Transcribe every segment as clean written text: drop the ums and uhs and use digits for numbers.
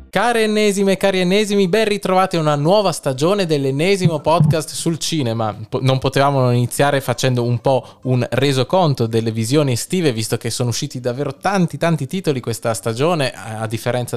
Care ennesime, cari ennesimi, ben ritrovati a una nuova stagione dell'ennesimo podcast sul cinema. Non potevamo non iniziare facendo un po' un resoconto delle visioni estive, visto che sono usciti davvero tanti titoli questa stagione, a differenza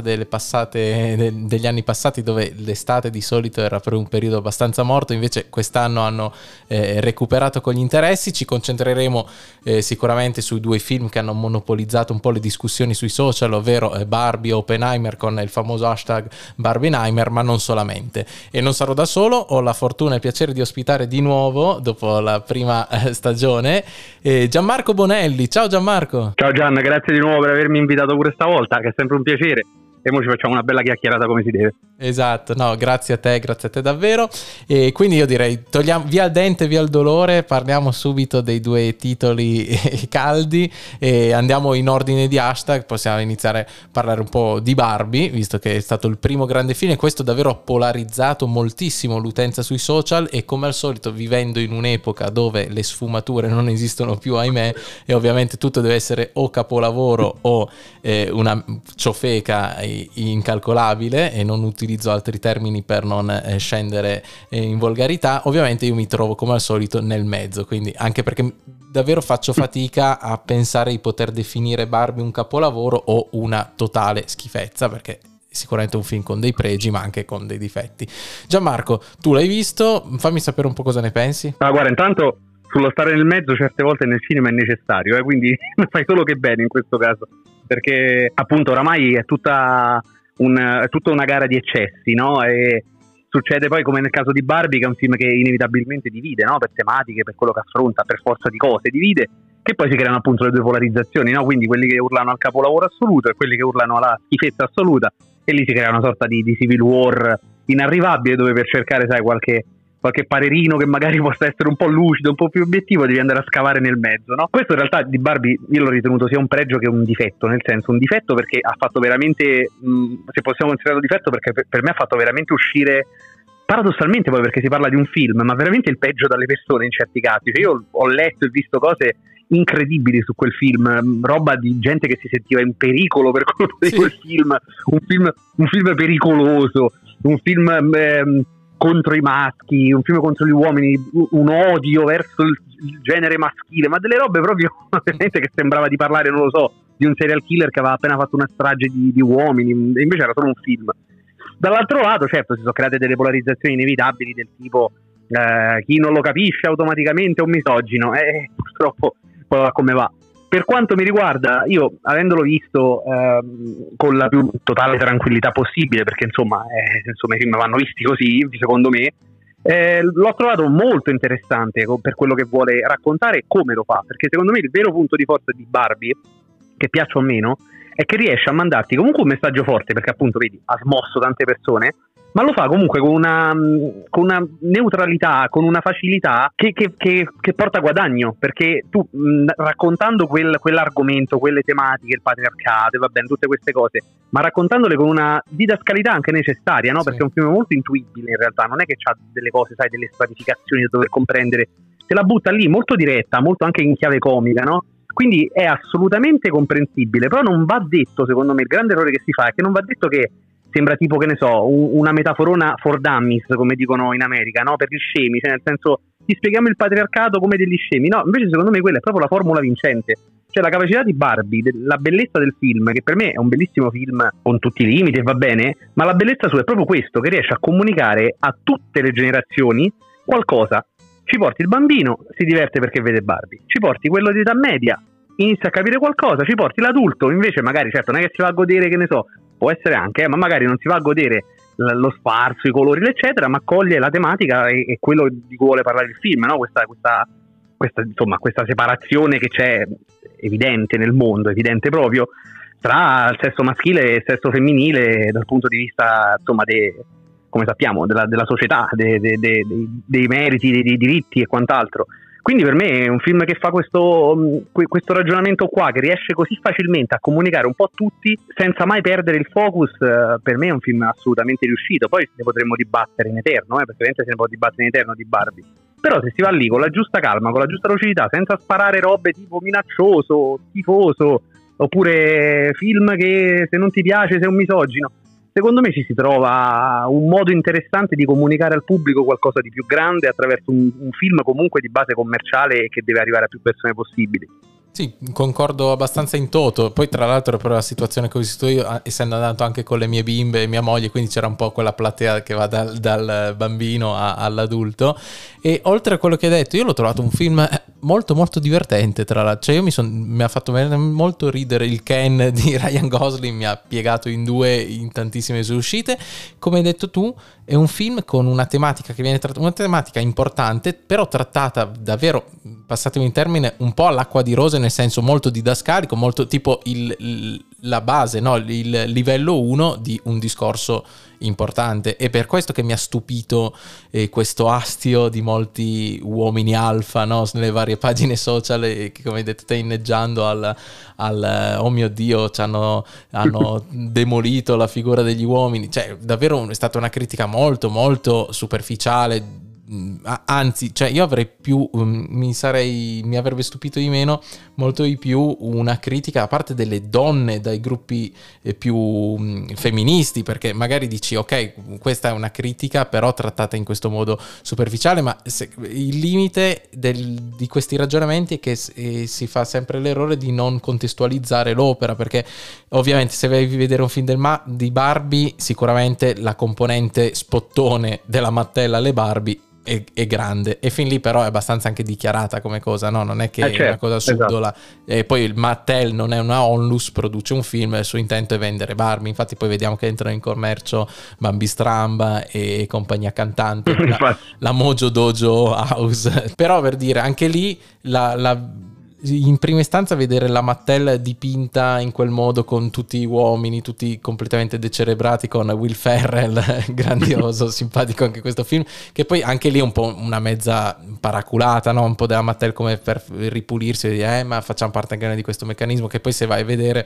degli anni passati, dove l'estate di solito era per un periodo abbastanza morto. Invece quest'anno hanno recuperato con gli interessi. Ci concentreremo sicuramente sui due film che hanno monopolizzato un po' le discussioni sui social, ovvero Barbie e Oppenheimer, con il famoso hashtag Barbenheimer, ma non solamente. E non sarò da solo, ho la fortuna e il piacere di ospitare di nuovo, dopo la prima stagione, Gianmarco Bonelli. Ciao Gianmarco. Ciao Gian, grazie di nuovo per avermi invitato pure stavolta, che è sempre un piacere. E ora ci facciamo una bella chiacchierata come si deve. Esatto, no, grazie a te davvero. E quindi io direi, togliamo via il dente, via il dolore, parliamo subito dei due titoli caldi e andiamo in ordine di hashtag. Possiamo iniziare a parlare un po' di Barbie, visto che è stato il primo grande film, e questo davvero ha polarizzato moltissimo l'utenza sui social, e come al solito, vivendo in un'epoca dove le sfumature non esistono più, ahimè, e ovviamente tutto deve essere o capolavoro o una ciofeca incalcolabile, e non utilizzo altri termini per non scendere in volgarità. Ovviamente io mi trovo come al solito nel mezzo, quindi anche perché davvero faccio fatica a pensare di poter definire Barbie un capolavoro o una totale schifezza, perché sicuramente è un film con dei pregi ma anche con dei difetti. Gianmarco, tu l'hai visto, fammi sapere un po' cosa ne pensi. Guarda, intanto sullo stare nel mezzo certe volte nel cinema è necessario, quindi fai solo che bene in questo caso, perché appunto oramai è tutta una gara di eccessi, no? E succede poi come nel caso di Barbie, che è un film che inevitabilmente divide, no? Per tematiche, per quello che affronta, per forza di cose divide, che poi si creano appunto le due polarizzazioni, no? Quindi quelli che urlano al capolavoro assoluto e quelli che urlano alla schifezza assoluta, e lì si crea una sorta di civil war inarrivabile, dove per cercare, sai, qualche parerino che magari possa essere un po' lucido, un po' più obiettivo, devi andare a scavare nel mezzo, no? Questo in realtà di Barbie io l'ho ritenuto sia un pregio che un difetto, nel senso un difetto perché ha fatto veramente, se possiamo considerarlo difetto, perché per me ha fatto veramente uscire, paradossalmente poi perché si parla di un film, ma veramente il peggio dalle persone in certi casi. Cioè, io ho letto e visto cose incredibili su quel film, roba di gente che si sentiva in pericolo per colpa di quel film, un film pericoloso, un film contro i maschi, un film contro gli uomini, un odio verso il genere maschile, ma delle robe proprio veramente che sembrava di parlare, non lo so, di un serial killer che aveva appena fatto una strage di uomini, e invece era solo un film. Dall'altro lato, certo, si sono create delle polarizzazioni inevitabili del tipo chi non lo capisce automaticamente è un misogino, purtroppo poi va come va. Per quanto mi riguarda, io avendolo visto con la più totale tranquillità possibile, perché insomma i film vanno visti così, secondo me, l'ho trovato molto interessante per quello che vuole raccontare e come lo fa, perché secondo me il vero punto di forza di Barbie, che piaccia o meno, è che riesce a mandarti comunque un messaggio forte, perché appunto vedi, ha smosso tante persone, ma lo fa comunque con una neutralità, con una facilità che porta guadagno, perché tu raccontando quell'argomento, quelle tematiche, il patriarcato, va bene, tutte queste cose, ma raccontandole con una didascalità anche necessaria, no? Sì. Perché è un film molto intuibile in realtà, non è che c'ha delle cose, sai, delle stratificazioni da dover comprendere, te la butta lì molto diretta, molto anche in chiave comica, no? Quindi è assolutamente comprensibile, però non va detto, secondo me, il grande errore che si fa è che non va detto che sembra tipo, che ne so, una metaforona for dummies, come dicono in America, no? Per gli scemi, cioè nel senso, ti spieghiamo il patriarcato come degli scemi. No, invece secondo me quella è proprio la formula vincente. Cioè la capacità di Barbie, la bellezza del film, che per me è un bellissimo film con tutti i limiti, va bene, ma la bellezza sua è proprio questo, che riesce a comunicare a tutte le generazioni qualcosa. Ci porti il bambino, si diverte perché vede Barbie. Ci porti quello di età media, inizia a capire qualcosa. Ci porti l'adulto, invece magari, certo, non è che si va a godere, che ne so, può essere anche, ma magari non si va a godere lo sfarzo, i colori, eccetera, ma coglie la tematica e quello di cui vuole parlare il film, no? Questa separazione che c'è evidente nel mondo, evidente proprio, tra il sesso maschile e il sesso femminile dal punto di vista, insomma, come sappiamo, della società, dei meriti, dei diritti e quant'altro. Quindi per me è un film che fa questo ragionamento qua, che riesce così facilmente a comunicare un po' a tutti senza mai perdere il focus. Per me è un film assolutamente riuscito. Poi ne potremmo dibattere in eterno, perché ovviamente se ne può dibattere in eterno di Barbie. Però se si va lì con la giusta calma, con la giusta lucidità, senza sparare robe tipo minaccioso, tifoso, oppure film che se non ti piace sei un misogino, secondo me ci si trova un modo interessante di comunicare al pubblico qualcosa di più grande attraverso un film comunque di base commerciale che deve arrivare a più persone possibili. Sì, concordo abbastanza in toto. Poi tra l'altro però la situazione che ho vissuto io, essendo andato anche con le mie bimbe e mia moglie, quindi c'era un po' quella platea che va dal bambino all'adulto. E oltre a quello che hai detto, io l'ho trovato un film molto molto divertente, tra l'altro. Cioè mi ha fatto molto ridere il Ken di Ryan Gosling, mi ha piegato in due in tantissime sue uscite. Come hai detto tu, è un film con una tematica che viene trattata, una tematica importante, però trattata davvero, passatemi in termine, un po' all'acqua di rose, nel senso molto didascalico, molto tipo la base, no? Il livello 1 di un discorso importante. È per questo che mi ha stupito questo astio di molti uomini alfa, no? Nelle varie pagine social che, come hai detto te, inneggiando al oh mio Dio, hanno demolito la figura degli uomini. Cioè davvero è stata una critica molto molto superficiale. Anzi, cioè io avrei più mi avrebbe stupito di meno, molto di più, una critica da parte delle donne dai gruppi più femministi, perché magari dici ok, questa è una critica però trattata in questo modo superficiale, ma il limite di questi ragionamenti è che si fa sempre l'errore di non contestualizzare l'opera, perché ovviamente se vai a vedere un film di Barbie, sicuramente la componente spottone della Mattel alle Barbie è grande, e fin lì però è abbastanza anche dichiarata come cosa, no? Non è che è una cosa subdola, esatto. E poi il Mattel non è una onlus, produce un film e il suo intento è vendere Barbie, infatti poi vediamo che entrano in commercio Bambi Stramba e compagnia cantante, la Mojo Dojo House. Però per dire, anche lì in prima istanza vedere la Mattel dipinta in quel modo con tutti gli uomini, tutti completamente decerebrati, con Will Ferrell grandioso, simpatico anche questo film, che poi anche lì è un po' una mezza paraculata, no? Un po' della Mattel come per ripulirsi e dire ma facciamo parte anche noi di questo meccanismo, che poi se vai a vedere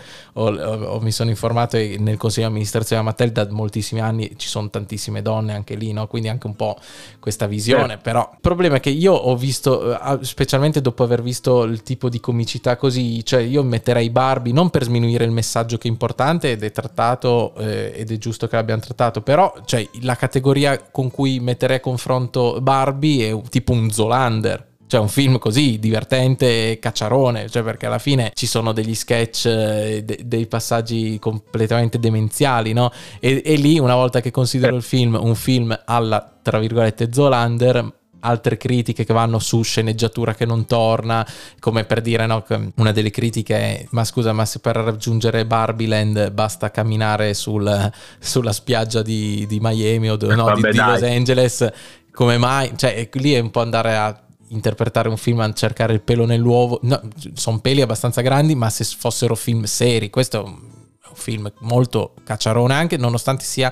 mi sono informato e nel consiglio di amministrazione della Mattel da moltissimi anni ci sono tantissime donne anche lì, no? Quindi anche un po' questa visione. Però il problema è che io ho visto, specialmente dopo aver visto il tipo di comicità così, cioè io metterei Barbie non per sminuire il messaggio che è importante ed è trattato ed è giusto che l'abbiano trattato, però cioè la categoria con cui metterei a confronto Barbie è tipo un Zoolander, cioè un film così divertente e cacciarone, cioè perché alla fine ci sono degli sketch, dei passaggi completamente demenziali, no? E lì, una volta che considero il film un film alla, tra virgolette, Zoolander, altre critiche che vanno su sceneggiatura che non torna, come per dire, no, una delle critiche è ma scusa, ma se per raggiungere Barbieland basta camminare sulla spiaggia di Miami o di Los Angeles, come mai? Cioè lì è un po' andare a interpretare un film, a cercare il pelo nell'uovo. No, sono peli abbastanza grandi, ma se fossero film seri, questo è un film molto cacciarone, anche nonostante sia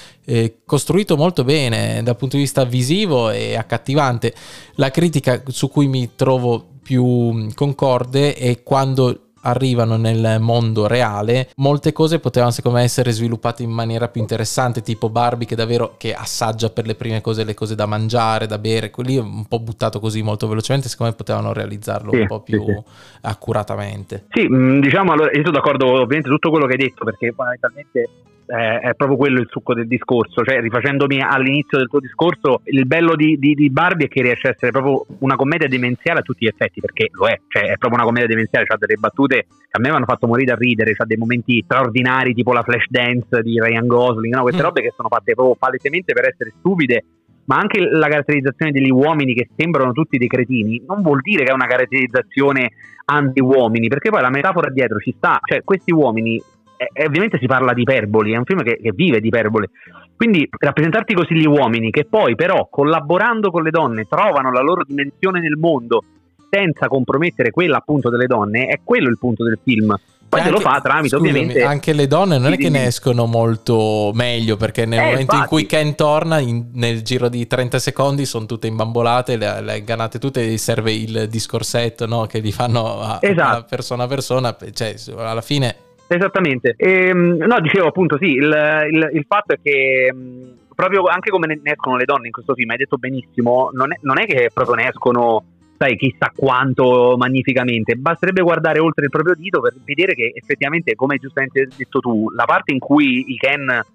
costruito molto bene dal punto di vista visivo e accattivante. La critica su cui mi trovo più concorde è quando arrivano nel mondo reale, molte cose potevano secondo me essere sviluppate in maniera più interessante, tipo Barbie che assaggia per le prime cose le cose da mangiare, da bere, quelli un po' buttato così molto velocemente, secondo me potevano realizzarlo un po' più accuratamente. Sì, diciamo, allora io sono d'accordo ovviamente tutto quello che hai detto, perché fondamentalmente è proprio quello il succo del discorso, cioè rifacendomi all'inizio del tuo discorso, il bello di Barbie è che riesce a essere proprio una commedia demenziale a tutti gli effetti, perché lo è, cioè è proprio una commedia demenziale, c'ha delle battute che a me mi hanno fatto morire da ridere, c'ha dei momenti straordinari tipo la flash dance di Ryan Gosling, no? Queste robe che sono fatte proprio palesemente per essere stupide, ma anche la caratterizzazione degli uomini che sembrano tutti dei cretini non vuol dire che è una caratterizzazione anti-uomini, perché poi la metafora dietro ci sta, cioè questi uomini ovviamente si parla di iperboli, è un film che vive di iperboli, quindi rappresentarti così gli uomini che poi però collaborando con le donne trovano la loro dimensione nel mondo senza compromettere quella appunto delle donne, è quello il punto del film. Poi se lo fa tramite, scusami, ovviamente anche le donne non è che ne escono molto meglio, perché nel momento in cui Ken torna nel giro di 30 secondi sono tutte imbambolate, le ingannate tutte, e serve il discorsetto, no, che gli fanno a persona a persona, cioè alla fine. Esattamente. No, dicevo appunto sì, il fatto è che proprio anche come ne escono le donne in questo film, hai detto benissimo, non è che proprio ne escono, sai, chissà quanto magnificamente, basterebbe guardare oltre il proprio dito per vedere che effettivamente, come giustamente hai detto tu, la parte in cui i Ken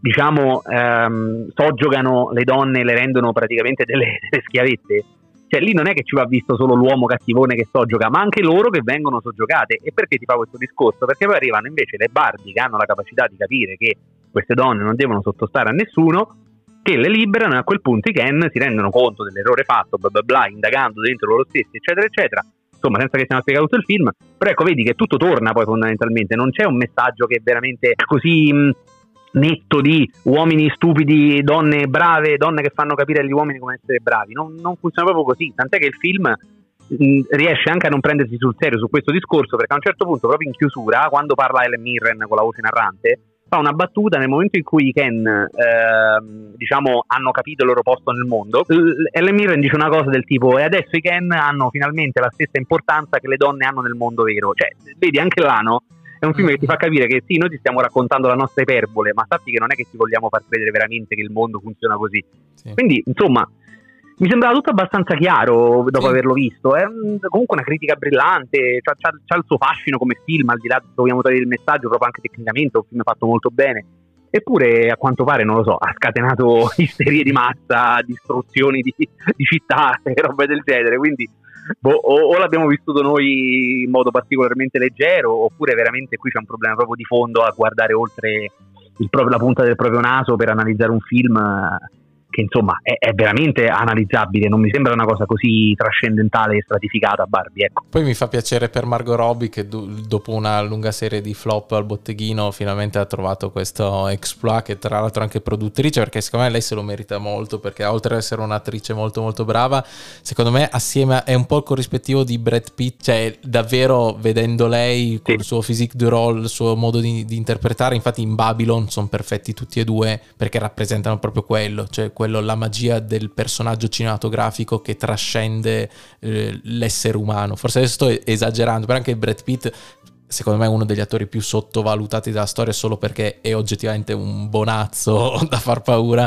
diciamo soggiogano le donne e le rendono praticamente delle schiavette. Cioè lì non è che ci va visto solo l'uomo cattivone che soggioga, ma anche loro che vengono soggiogate. E perché ti fa questo discorso? Perché poi arrivano invece le Barbie che hanno la capacità di capire che queste donne non devono sottostare a nessuno, che le liberano, e a quel punto i Ken si rendono conto dell'errore fatto, bla bla bla, indagando dentro loro stessi, eccetera eccetera. Insomma, senza che stiamo a spiegare tutto il film, però ecco, vedi che tutto torna poi fondamentalmente, non c'è un messaggio che è veramente così netto di uomini stupidi, donne brave, donne che fanno capire agli uomini come essere bravi. Non funziona proprio così, tant'è che il film riesce anche a non prendersi sul serio su questo discorso, perché a un certo punto, proprio in chiusura, quando parla Helen Mirren con la voce narrante, fa una battuta nel momento in cui i Ken diciamo hanno capito il loro posto nel mondo. Helen Mirren dice una cosa del tipo: e adesso i Ken hanno finalmente la stessa importanza che le donne hanno nel mondo vero. Cioè, vedi, anche là, no? È un film che ti fa capire che sì, noi ti stiamo raccontando la nostra iperbole, ma sappi che non è che ti vogliamo far credere veramente che il mondo funziona così. Sì. Quindi, insomma, mi sembrava tutto abbastanza chiaro dopo averlo visto. È comunque una critica brillante, c'ha il suo fascino come film, al di là se vogliamo togliere il messaggio, proprio anche tecnicamente è un film fatto molto bene. Eppure, a quanto pare, non lo so, ha scatenato isterie di massa, distruzioni di città e robe del genere, quindi o l'abbiamo vissuto noi in modo particolarmente leggero, oppure veramente qui c'è un problema proprio di fondo a guardare oltre la punta del proprio naso per analizzare un film che insomma è veramente analizzabile. Non mi sembra una cosa così trascendentale e stratificata Barbie, ecco. Poi mi fa piacere per Margot Robbie che dopo una lunga serie di flop al botteghino finalmente ha trovato questo exploit, che tra l'altro è anche produttrice, perché secondo me lei se lo merita molto, perché oltre ad essere un'attrice molto molto brava, secondo me assieme è un po' il corrispettivo di Brad Pitt, cioè davvero vedendo lei con il suo physique du rôle, il suo modo di interpretare. Infatti in Babylon sono perfetti tutti e due perché rappresentano proprio quello, cioè la magia del personaggio cinematografico che trascende l'essere umano. Forse adesso sto esagerando, però anche Brad Pitt secondo me è uno degli attori più sottovalutati della storia, solo perché è oggettivamente un bonazzo da far paura.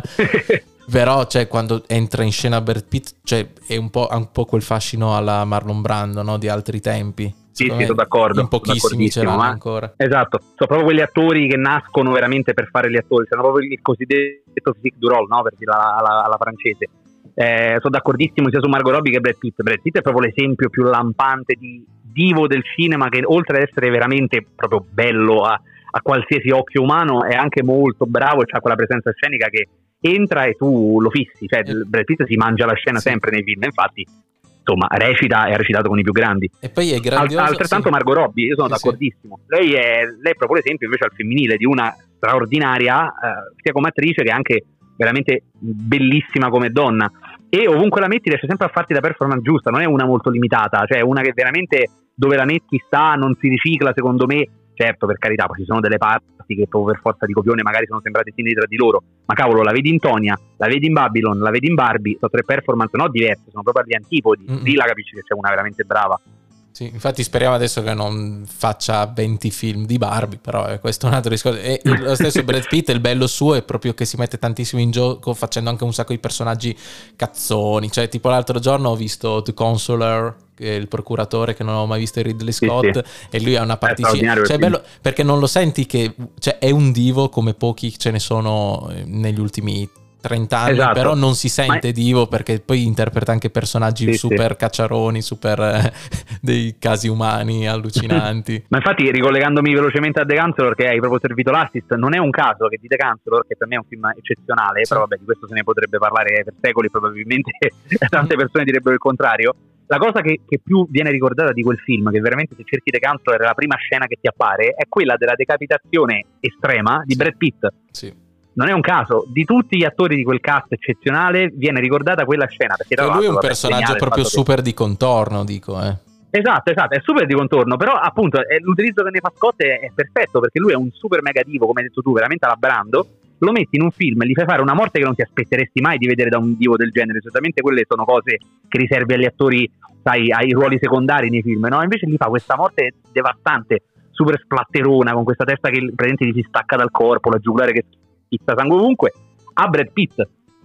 Però cioè, quando entra in scena Brad Pitt, cioè, ha un po' quel fascino alla Marlon Brando, no? Di altri tempi. Sì, sono d'accordo. In pochissimi ce l'hanno ancora. Esatto, sono proprio quegli attori che nascono veramente per fare gli attori, sono proprio il cosiddetto physique du rôle, no? Per dire alla francese. Sono d'accordissimo sia su Margot Robbie che Brad Pitt. Brad Pitt è proprio l'esempio più lampante di divo del cinema, che oltre ad essere veramente proprio bello a qualsiasi occhio umano, è anche molto bravo e ha quella presenza scenica che entra e tu lo fissi. Cioè Brad Pitt si mangia la scena sempre nei film, infatti insomma recita e ha recitato con i più grandi. E poi è grandioso, altrettanto Margot Robbie, io sono d'accordissimo. Lei è proprio l'esempio invece al femminile di una straordinaria sia come attrice che anche veramente bellissima come donna, e ovunque la metti riesce sempre a farti la performance giusta, non è una molto limitata, cioè una che veramente dove la metti sta, non si ricicla secondo me. Certo, per carità, poi ci sono delle parti che proprio per forza di copione magari sono sembrate simili tra di loro, ma cavolo, la vedi in Tonya, la vedi in Babylon, la vedi in Barbie, sono tre performance no diverse, sono proprio agli antipodi. Lì la capisci che c'è una veramente brava. Sì, infatti speriamo adesso che non faccia 20 film di Barbie, però questo è un altro discorso. E lo stesso Brad Pitt, il bello suo è proprio che si mette tantissimo in gioco facendo anche un sacco di personaggi cazzoni, cioè tipo l'altro giorno ho visto The Consular, che è il procuratore che non ho mai visto, Ridley Scott, sì. E lui ha una particina, cioè è bello perché non lo senti che cioè, è un divo come pochi ce ne sono negli ultimi 30 anni, esatto. Però non si sente divo perché poi interpreta anche personaggi super cacciaroni, super dei casi umani allucinanti. Ma infatti, ricollegandomi velocemente a The Counselor, che hai proprio servito l'assist, non è un caso che di The Counselor, che per me è un film eccezionale, però vabbè, di questo se ne potrebbe parlare per secoli, probabilmente tante persone direbbero il contrario. La cosa che più viene ricordata di quel film, che veramente se cerchi The Counselor è la prima scena che ti appare, è quella della decapitazione estrema di Brad Pitt. Sì. Non è un caso, di tutti gli attori di quel cast eccezionale viene ricordata quella scena, perché lui è un personaggio proprio super di contorno, dico. Esatto, è super di contorno, però appunto l'utilizzo che ne fa Scott è perfetto, perché lui è un super mega divo, come hai detto tu, veramente alla Brando. Lo metti in un film e gli fai fare una morte che non ti aspetteresti mai di vedere da un divo del genere. Solitamente quelle sono cose che riservi agli attori, sai, ai ruoli secondari nei film, no? Invece gli fa questa morte devastante, super splatterona, con questa testa che praticamente gli si stacca dal corpo, la giugulare che schizza sangue ovunque, a Brad Pitt.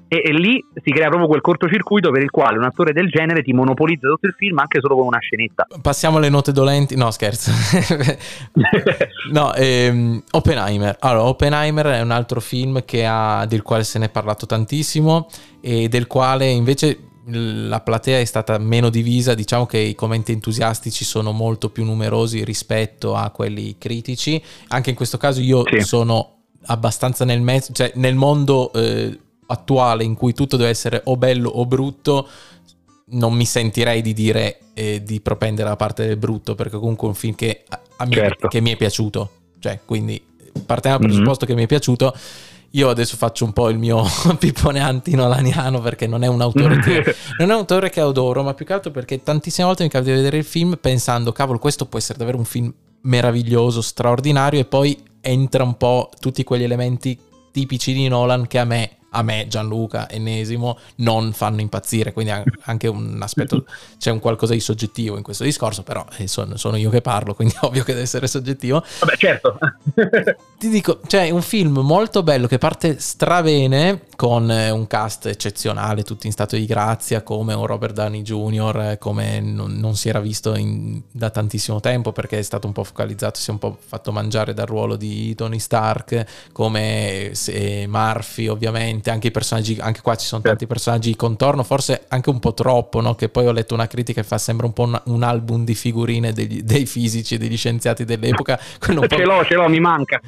e lì si crea proprio quel cortocircuito per il quale un attore del genere ti monopolizza tutto il film anche solo con una scenetta. Passiamo alle note dolenti. No, scherzo. No, Oppenheimer. Allora, Oppenheimer è un altro film del quale se ne è parlato tantissimo e del quale invece la platea è stata meno divisa. Diciamo che i commenti entusiastici sono molto più numerosi rispetto a quelli critici. Anche in questo caso io sono abbastanza nel mezzo, cioè nel mondo attuale in cui tutto deve essere o bello o brutto, non mi sentirei di dire di propendere la parte del brutto, perché comunque è un film che che mi è piaciuto, cioè, quindi partiamo dal presupposto che mi è piaciuto. Io adesso faccio un po' il mio pippone anti-nolaniano, perché non è un autore che adoro, ma più che altro perché tantissime volte mi capita di vedere il film pensando, cavolo, questo può essere davvero un film meraviglioso, straordinario, e poi entra un po' tutti quegli elementi tipici di Nolan che a me Gianluca, ennesimo, non fanno impazzire, quindi anche un aspetto, c'è un qualcosa di soggettivo in questo discorso, però sono io che parlo, quindi è ovvio che deve essere soggettivo. Vabbè, certo. Ti dico, c'è un film molto bello che parte strabene, con un cast eccezionale, tutti in stato di grazia, come un Robert Downey Jr., come non si era visto da tantissimo tempo, perché è stato un po' focalizzato, si è un po' fatto mangiare dal ruolo di Tony Stark, come Murphy, ovviamente. Anche i personaggi, anche qua ci sono tanti personaggi di contorno, forse anche un po' troppo, no? Che poi ho letto una critica che fa sembra un po' un album di figurine dei fisici e degli scienziati dell'epoca. Ce l'ho, mi manca.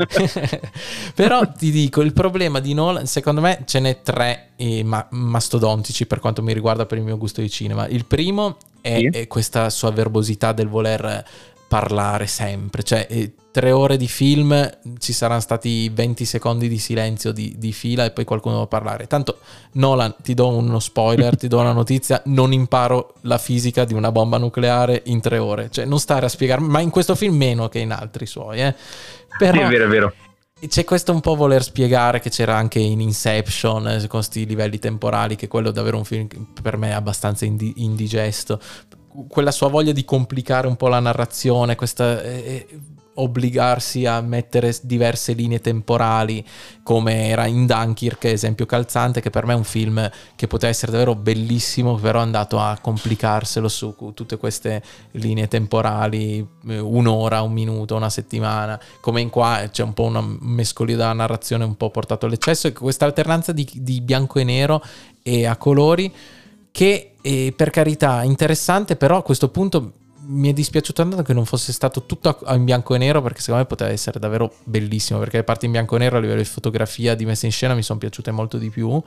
Però ti dico, il problema di Nolan, secondo me ce n'è tre mastodontici per quanto mi riguarda, per il mio gusto di cinema. Il primo è questa sua verbosità del voler parlare sempre, cioè 3 ore di film ci saranno stati 20 secondi di silenzio di fila e poi qualcuno va a parlare. Tanto Nolan, ti do uno spoiler, ti do una notizia, non imparo la fisica di una bomba nucleare in 3 ore, cioè non stare a spiegarmi, ma in questo film meno che in altri suoi, Però sì, è vero. C'è questo un po' voler spiegare, che c'era anche in Inception, con questi livelli temporali, che quello è davvero un film che per me è abbastanza indigesto. Quella sua voglia di complicare un po' la narrazione, questa obbligarsi a mettere diverse linee temporali, come era in Dunkirk, esempio calzante, che per me è un film che poteva essere davvero bellissimo, però è andato a complicarselo su tutte queste linee temporali, 1 ora, 1 minuto, 1 settimana, come in qua c'è un po' una mescolina della narrazione un po' portato all'eccesso, e questa alternanza di bianco e nero e a colori che per carità interessante, però a questo punto mi è dispiaciuto tanto che non fosse stato tutto in bianco e nero, perché secondo me poteva essere davvero bellissimo, perché le parti in bianco e nero a livello di fotografia, di messa in scena mi sono piaciute molto di più,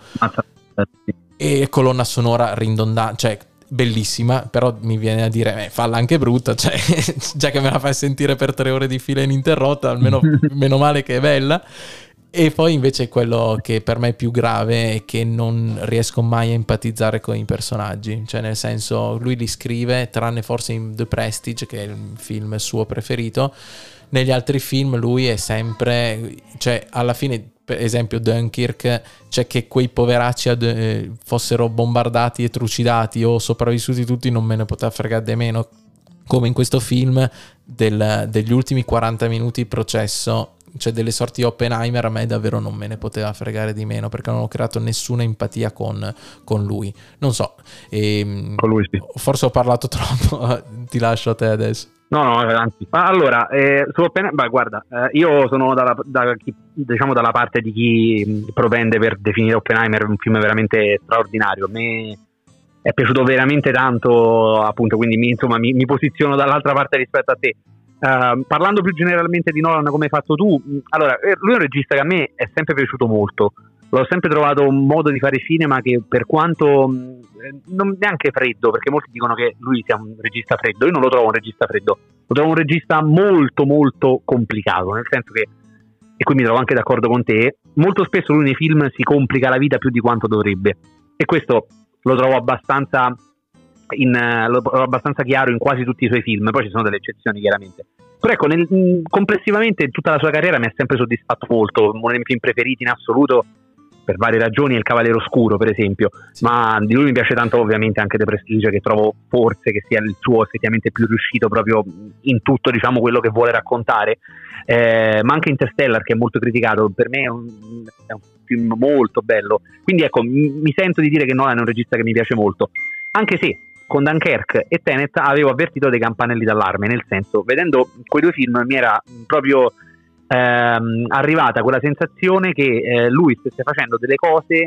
e colonna sonora ridondante, cioè bellissima, però mi viene a dire falla anche brutta, cioè già che me la fai sentire per 3 ore di fila ininterrotta, almeno meno male che è bella. E poi invece quello che per me è più grave è che non riesco mai a empatizzare con i personaggi, cioè nel senso, lui li scrive, tranne forse in The Prestige, che è il film suo preferito, negli altri film lui è sempre, cioè alla fine, per esempio Dunkirk, cioè che quei poveracci fossero bombardati e trucidati o sopravvissuti tutti non me ne poteva fregare di meno, come in questo film degli ultimi 40 minuti di processo, cioè delle sorti di Oppenheimer, a me davvero non me ne poteva fregare di meno, perché non ho creato nessuna empatia con lui, non so, con lui sì. Forse ho parlato troppo, ti lascio a te adesso. No, anzi. Allora, su Oppenheimer, guarda, io sono dalla parte di chi propende per definire Oppenheimer un film veramente straordinario. A me è piaciuto veramente tanto, appunto, quindi mi posiziono dall'altra parte rispetto a te. Parlando più generalmente di Nolan, come hai fatto tu, allora, lui è un regista che a me è sempre piaciuto molto. L'ho sempre trovato un modo di fare cinema che, per quanto non neanche freddo, perché molti dicono che lui sia un regista freddo, io non lo trovo un regista freddo, lo trovo un regista molto molto complicato, nel senso che, e qui mi trovo anche d'accordo con te, molto spesso lui nei film si complica la vita più di quanto dovrebbe, e questo lo trovo abbastanza chiaro in quasi tutti i suoi film. Poi ci sono delle eccezioni chiaramente, però ecco, complessivamente tutta la sua carriera mi ha sempre soddisfatto molto. Uno dei miei film preferiti in assoluto, per varie ragioni, è Il Cavaliere Oscuro, per esempio, sì. Ma di lui mi piace tanto ovviamente anche The Prestige, che trovo forse che sia il suo effettivamente più riuscito proprio in tutto, diciamo, quello che vuole raccontare, ma anche Interstellar, che è molto criticato, per me è un film molto bello. Quindi ecco, mi sento di dire che Nolan è un regista che mi piace molto, anche se con Dunkirk e Tenet avevo avvertito dei campanelli d'allarme, nel senso, vedendo quei due film mi era proprio arrivata quella sensazione che lui stesse facendo delle cose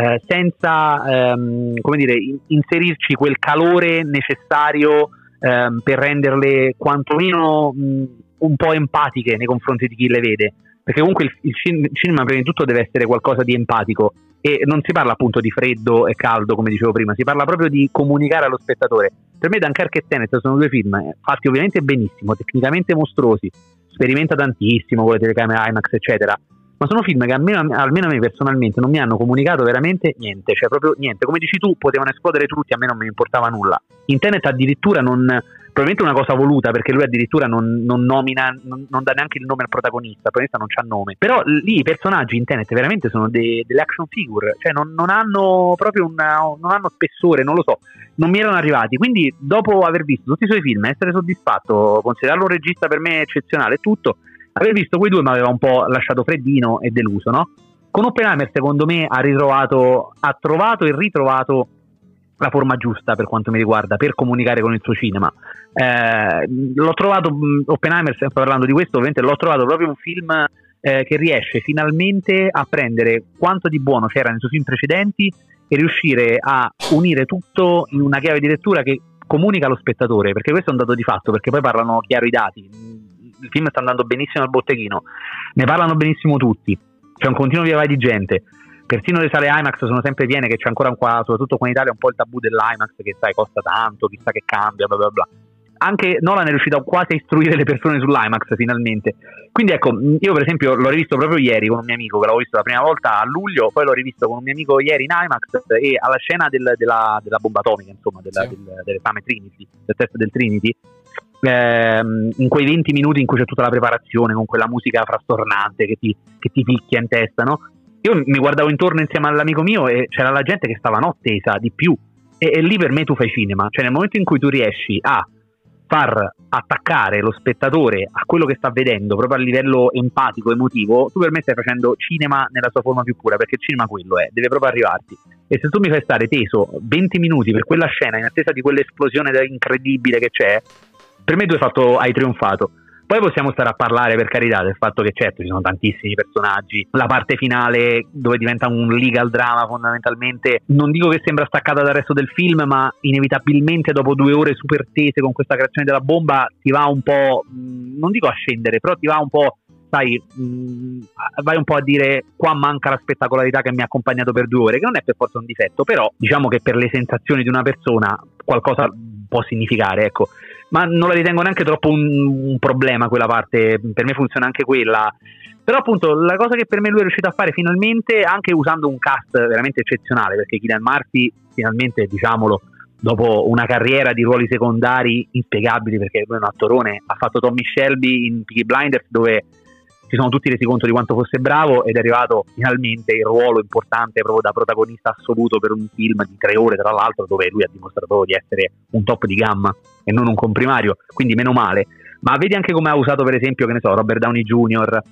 senza come dire, inserirci quel calore necessario per renderle quantomeno un po' empatiche nei confronti di chi le vede, perché comunque il cinema prima di tutto deve essere qualcosa di empatico, e non si parla appunto di freddo e caldo come dicevo prima, si parla proprio di comunicare allo spettatore. Per me Dunkirk e Tenet sono due film fatti ovviamente benissimo, tecnicamente mostruosi, sperimenta tantissimo con le telecamere IMAX eccetera, ma sono film che almeno a me personalmente non mi hanno comunicato veramente niente, cioè proprio niente. Come dici tu, potevano esplodere tutti, a me non mi importava nulla. In Tenet addirittura probabilmente una cosa voluta, perché lui addirittura non nomina, non dà neanche il nome al protagonista, il protagonista non c'ha nome, però lì i personaggi in Tenet veramente sono delle action figure, cioè non hanno proprio non hanno spessore, non lo so, non mi erano arrivati. Quindi dopo aver visto tutti i suoi film, essere soddisfatto, considerarlo un regista per me eccezionale e tutto, aver visto quei due mi aveva un po' lasciato freddino e deluso, no? Con Oppenheimer secondo me ha trovato e ritrovato la forma giusta per quanto mi riguarda per comunicare con il suo cinema. L'ho trovato, Oppenheimer, sempre parlando di questo, ovviamente l'ho trovato proprio un film che riesce finalmente a prendere quanto di buono c'era nei suoi film precedenti e riuscire a unire tutto in una chiave di lettura che comunica allo spettatore, perché questo è un dato di fatto, perché poi parlano chiaro i dati. Il film sta andando benissimo al botteghino, ne parlano benissimo tutti, c'è un continuo via vai di gente, persino le sale IMAX sono sempre piene, che c'è ancora qua, soprattutto qua in Italia, un po' il tabù dell'IMAX, che sai costa tanto, chissà che cambia, bla bla bla. Anche Nolan è riuscito quasi a istruire le persone sull'IMAX finalmente. Quindi ecco, io per esempio l'ho rivisto proprio ieri con un mio amico, che l'avevo visto la prima volta a luglio, poi l'ho rivisto con un mio amico ieri in IMAX, e alla scena della bomba atomica, insomma, dell'esame Trinity, del test del Trinity, in quei 20 minuti in cui c'è tutta la preparazione con quella musica frastornante che ti picchia in testa, no? Io mi guardavo intorno insieme all'amico mio e c'era la gente che stava tesa di più, e lì per me tu fai cinema, cioè nel momento in cui tu riesci a far attaccare lo spettatore a quello che sta vedendo proprio a livello empatico, emotivo, tu per me stai facendo cinema nella sua forma più pura, perché il cinema quello è, deve proprio arrivarti. E se tu mi fai stare teso 20 minuti per quella scena in attesa di quell'esplosione incredibile che c'è, per me tu hai trionfato. Poi possiamo stare a parlare, per carità, del fatto che certo ci sono tantissimi personaggi, la parte finale dove diventa un legal drama fondamentalmente, non dico che sembra staccata dal resto del film, ma inevitabilmente dopo 2 ore super tese con questa creazione della bomba ti va un po', non dico a scendere, però ti va un po', sai, vai un po' a dire qua manca la spettacolarità che mi ha accompagnato per 2 ore, che non è per forza un difetto, però diciamo che per le sensazioni di una persona qualcosa può significare, ecco. Ma non la ritengo neanche troppo un problema quella parte, per me funziona anche quella. Però appunto la cosa che per me lui è riuscito a fare finalmente, anche usando un cast veramente eccezionale, perché Cillian Murphy finalmente, diciamolo, dopo una carriera di ruoli secondari inspiegabili, perché lui è un attorone, ha fatto Tommy Shelby in Peaky Blinders, dove si sono tutti resi conto di quanto fosse bravo, ed è arrivato finalmente il ruolo importante proprio da protagonista assoluto per un film di 3 ore, tra l'altro, dove lui ha dimostrato proprio di essere un top di gamma e non un comprimario, quindi meno male. Ma vedi anche come ha usato, per esempio, che ne so, Robert Downey Jr.,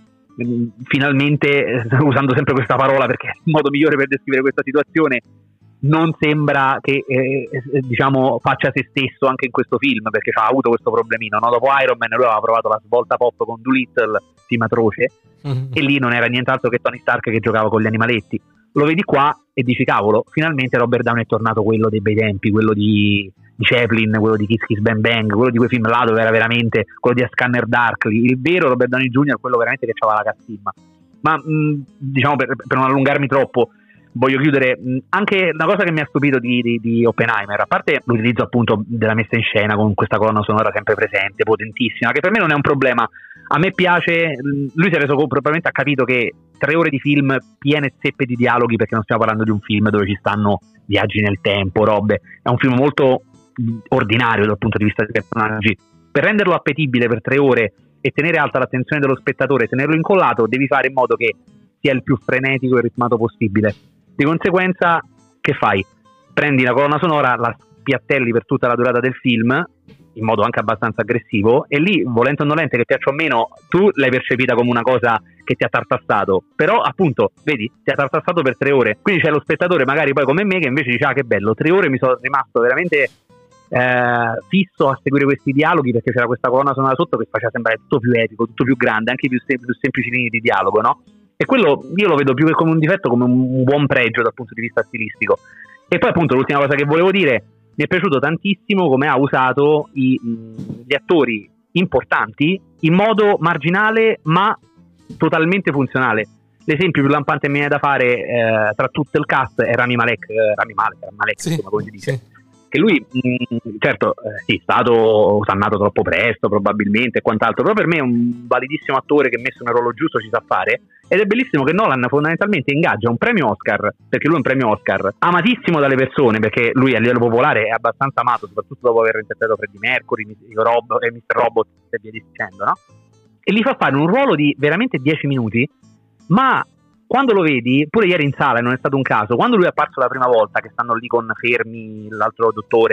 finalmente, usando sempre questa parola perché è il modo migliore per descrivere questa situazione, non sembra che diciamo faccia se stesso anche in questo film, perché ha avuto questo problemino, no? Dopo Iron Man lui aveva provato la svolta pop con Doolittle, film atroce, e lì non era nient'altro che Tony Stark che giocava con gli animaletti. Lo vedi qua e dici cavolo, finalmente Robert Downey è tornato quello dei bei tempi, quello di Chaplin, quello di Kiss Kiss Bang Bang, quello di quei film là dove era veramente quello di A Scanner Darkly, il vero Robert Downey Jr., quello veramente che aveva la cazzimma. Ma diciamo per non allungarmi troppo, voglio chiudere anche una cosa che mi ha stupito di Oppenheimer, a parte l'utilizzo appunto della messa in scena con questa colonna sonora sempre presente, potentissima, che per me non è un problema. A me piace, lui si è reso conto, probabilmente ha capito che 3 ore di film piene zeppe di dialoghi, perché non stiamo parlando di un film dove ci stanno viaggi nel tempo, robe, è un film molto ordinario dal punto di vista dei personaggi. Per renderlo appetibile per 3 ore e tenere alta l'attenzione dello spettatore, tenerlo incollato, devi fare in modo che sia il più frenetico e ritmato possibile. Di conseguenza, che fai? Prendi la colonna sonora, la spiattelli per tutta la durata del film, in modo anche abbastanza aggressivo, e lì, volente o nolente, che piaccia o meno, tu l'hai percepita come una cosa che ti ha tartassato, però appunto, vedi, ti ha tartassato per 3 ore, quindi c'è lo spettatore magari poi come me che invece dice: ah, che bello, 3 ore mi sono rimasto veramente fisso a seguire questi dialoghi, perché c'era questa colonna sonora sotto che faceva sembrare tutto più epico, tutto più grande, anche più semplici linee di dialogo, no? E quello io lo vedo più che come un difetto, come un buon pregio dal punto di vista stilistico. E poi appunto l'ultima cosa che volevo dire: mi è piaciuto tantissimo come ha usato gli attori importanti in modo marginale ma totalmente funzionale. L'esempio più lampante che mi viene da fare tra tutto il cast è Rami Malek, sì, insomma, come si dice. sì. Che lui, certo, sì, è stato osannato troppo presto probabilmente e quant'altro, però per me è un validissimo attore che messo nel ruolo giusto ci sa fare, ed è bellissimo che Nolan fondamentalmente ingaggia un premio Oscar, perché lui è un premio Oscar amatissimo dalle persone, perché lui a livello popolare è abbastanza amato, soprattutto dopo aver interpretato Freddie Mercury, Mr. Robot e via dicendo, no? E gli fa fare un ruolo di veramente 10 minuti, ma quando lo vedi, pure ieri in sala, non è stato un caso, quando lui è apparso la prima volta, che stanno lì con Fermi, l'altro dottore,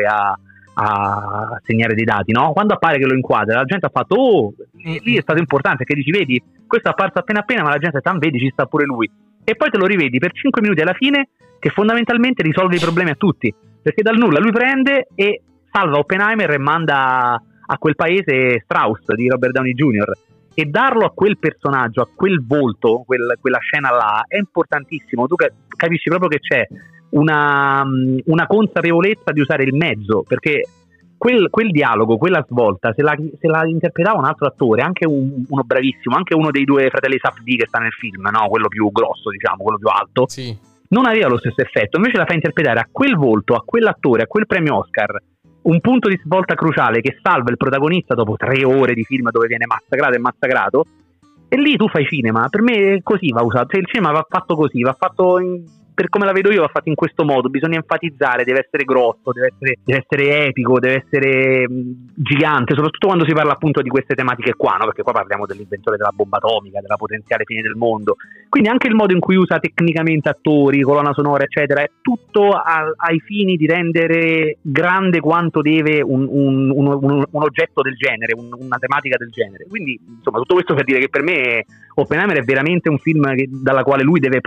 a segnare dei dati, no? Quando appare che lo inquadra, la gente ha fatto: oh, lì è stato importante, perché dici, vedi, questo è apparso appena appena, ma la gente ha detto: vedi, ci sta pure lui. E poi te lo rivedi per 5 minuti alla fine, che fondamentalmente risolve i problemi a tutti, perché dal nulla lui prende e salva Oppenheimer e manda a quel paese Strauss di Robert Downey Jr., e darlo a quel personaggio, a quel volto, quella scena là, è importantissimo. Tu capisci proprio che c'è una consapevolezza di usare il mezzo, perché quel dialogo, quella svolta, se la interpretava un altro attore, anche uno bravissimo, anche uno dei 2 fratelli Safdie che sta nel film, no? Quello più grosso, diciamo, quello più alto, sì, non aveva lo stesso effetto. Invece la fa interpretare a quel volto, a quell'attore, a quel premio Oscar, un punto di svolta cruciale che salva il protagonista dopo 3 ore di film dove viene massacrato, e lì tu fai cinema. Per me così va usato, cioè il cinema va fatto così, va fatto per come la vedo io, va fatto in questo modo. Bisogna enfatizzare, deve essere grosso, deve essere epico, deve essere gigante, soprattutto quando si parla appunto di queste tematiche qua, no? Perché qua parliamo dell'inventore della bomba atomica, della potenziale fine del mondo, quindi anche il modo in cui usa tecnicamente attori, colonna sonora eccetera, è tutto ai fini di rendere grande quanto deve un oggetto del genere, una tematica del genere. Quindi insomma, tutto questo per dire che per me Oppenheimer è veramente un film dalla quale lui deve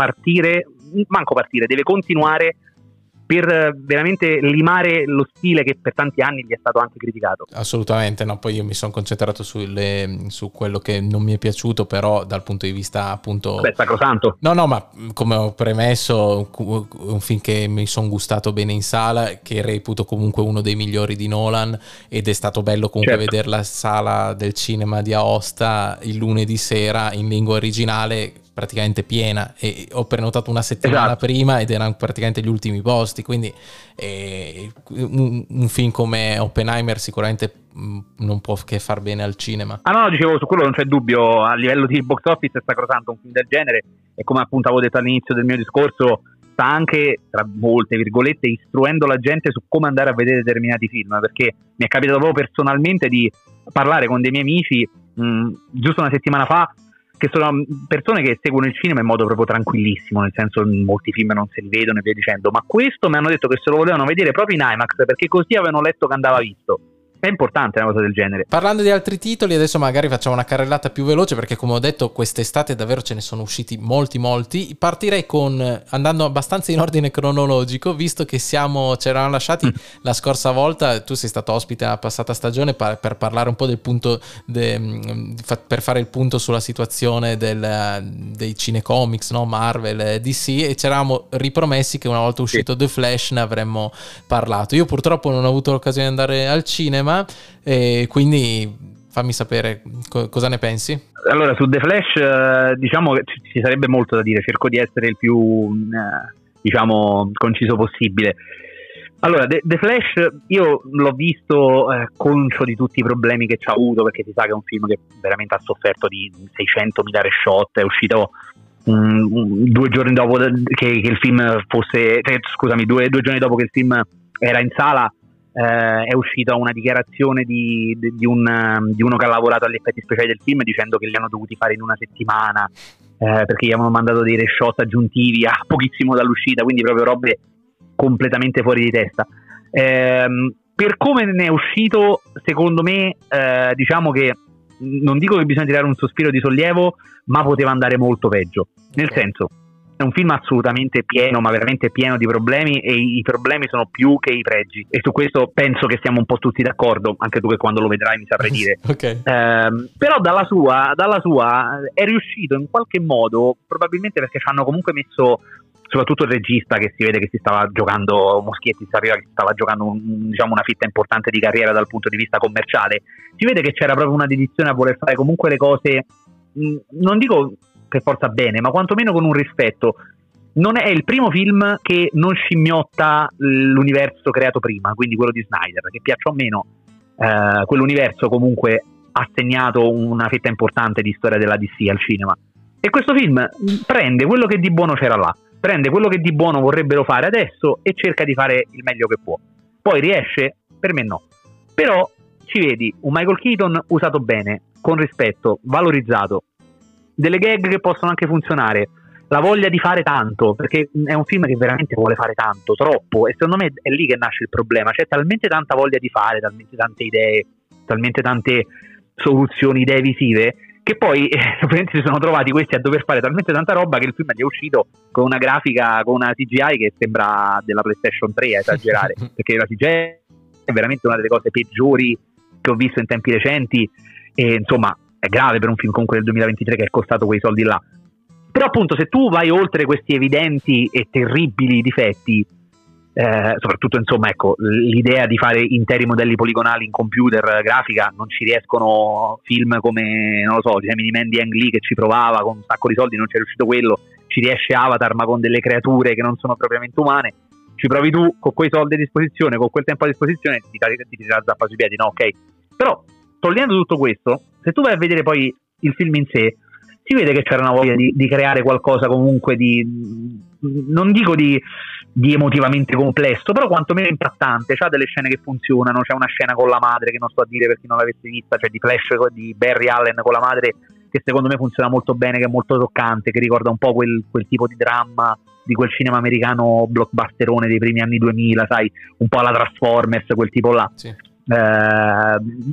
deve continuare, per veramente limare lo stile che per tanti anni gli è stato anche criticato. Assolutamente, no, poi io mi sono concentrato su quello che non mi è piaciuto, però dal punto di vista appunto... Beh, sacrosanto. No, ma come ho premesso, un film che mi sono gustato bene in sala, che reputo comunque uno dei migliori di Nolan, ed è stato bello comunque vedere la sala del cinema di Aosta il lunedì sera in lingua originale praticamente piena, e ho prenotato una settimana prima ed erano praticamente gli ultimi posti, quindi un film come Oppenheimer sicuramente non può che far bene al cinema. No, dicevo, su quello non c'è dubbio, a livello di box office è sacrosanto un film del genere, e come appunto avevo detto all'inizio del mio discorso, sta anche, tra molte virgolette, istruendo la gente su come andare a vedere determinati film, perché mi è capitato proprio personalmente di parlare con dei miei amici giusto una settimana fa, che sono persone che seguono il cinema in modo proprio tranquillissimo, nel senso molti film non se li vedono e via dicendo, ma questo mi hanno detto che se lo volevano vedere proprio in IMAX, perché così avevano letto che andava visto. È importante una cosa del genere. Parlando di altri titoli, adesso magari facciamo una carrellata più veloce, perché come ho detto quest'estate davvero ce ne sono usciti molti. Partirei andando abbastanza in ordine cronologico, visto che ci eravamo lasciati la scorsa volta. Tu sei stato ospite alla passata stagione per parlare un po' del punto per fare il punto sulla situazione dei cinecomics, no? Marvel, DC, e ci eravamo ripromessi che una volta uscito The Flash ne avremmo parlato. Io purtroppo non ho avuto l'occasione di andare al cinema, e quindi fammi sapere cosa ne pensi. Allora, su The Flash diciamo che ci sarebbe molto da dire, cerco di essere il più diciamo conciso possibile. Allora, The Flash io l'ho visto conscio di tutti i problemi che ci ha avuto, perché si sa che è un film che veramente ha sofferto di 600.000 reshoot, è uscito 2 giorni dopo che il film fosse, scusami, 2 giorni dopo che il film era in sala. È uscita una dichiarazione di uno che ha lavorato agli effetti speciali del film, dicendo che li hanno dovuti fare in una settimana perché gli avevano mandato dei reshoot aggiuntivi a pochissimo dall'uscita, quindi proprio robe completamente fuori di testa. Per come ne è uscito, secondo me, diciamo che non dico che bisogna tirare un sospiro di sollievo, ma poteva andare molto peggio. Nel senso, è un film assolutamente pieno, ma veramente pieno di problemi, e i problemi sono più che i pregi, e su questo penso che siamo un po' tutti d'accordo, anche tu che quando lo vedrai mi saprai dire. Okay. Però dalla sua è riuscito in qualche modo, probabilmente perché ci hanno comunque messo, soprattutto il regista, che si vede che si stava giocando, Moschietti sapeva che si stava giocando diciamo una fitta importante di carriera dal punto di vista commerciale, si vede che c'era proprio una dedizione a voler fare comunque le cose, non dico per forza bene, ma quantomeno con un rispetto. Non è il primo film che non scimmiotta l'universo creato prima, quindi quello di Snyder, che piaccia o meno, quell'universo comunque ha segnato una fetta importante di storia della DC al cinema, e questo film prende quello che di buono c'era là, prende quello che di buono vorrebbero fare adesso e cerca di fare il meglio che può. Poi riesce? Per me no, però ci vedi un Michael Keaton usato bene, con rispetto, valorizzato, delle gag che possono anche funzionare, la voglia di fare tanto, perché è un film che veramente vuole fare tanto, troppo, e secondo me è lì che nasce il problema. C'è talmente tanta voglia di fare, talmente tante idee, talmente tante soluzioni, idee visive, che poi si sono trovati questi a dover fare talmente tanta roba che il film è uscito con una grafica, con una CGI che sembra della PlayStation 3, a esagerare, perché la CGI è veramente una delle cose peggiori che ho visto in tempi recenti, e insomma è grave per un film comunque del 2023 che è costato quei soldi là. Però appunto, se tu vai oltre questi evidenti e terribili difetti, soprattutto insomma, ecco, l'idea di fare interi modelli poligonali in computer grafica, non ci riescono film come, non lo so, Gemini Man di Ang Lee, che ci provava con un sacco di soldi, non ci è riuscito quello, ci riesce Avatar ma con delle creature che non sono propriamente umane, ci provi tu con quei soldi a disposizione, con quel tempo a disposizione, ti tiri la zappa sui piedi, no? Ok, però togliendo tutto questo, se tu vai a vedere poi il film in sé, si vede che c'era una voglia di creare qualcosa comunque di, non dico di emotivamente complesso, però quantomeno impattante. C'ha delle scene che funzionano, c'è una scena con la madre che non sto a dire per chi non l'avesse vista, cioè di Flash di Barry Allen con la madre, che secondo me funziona molto bene, che è molto toccante, che ricorda un po' quel tipo di dramma di quel cinema americano blockbusterone dei primi anni 2000, sai, un po' alla Transformers, quel tipo là. Sì. C'ha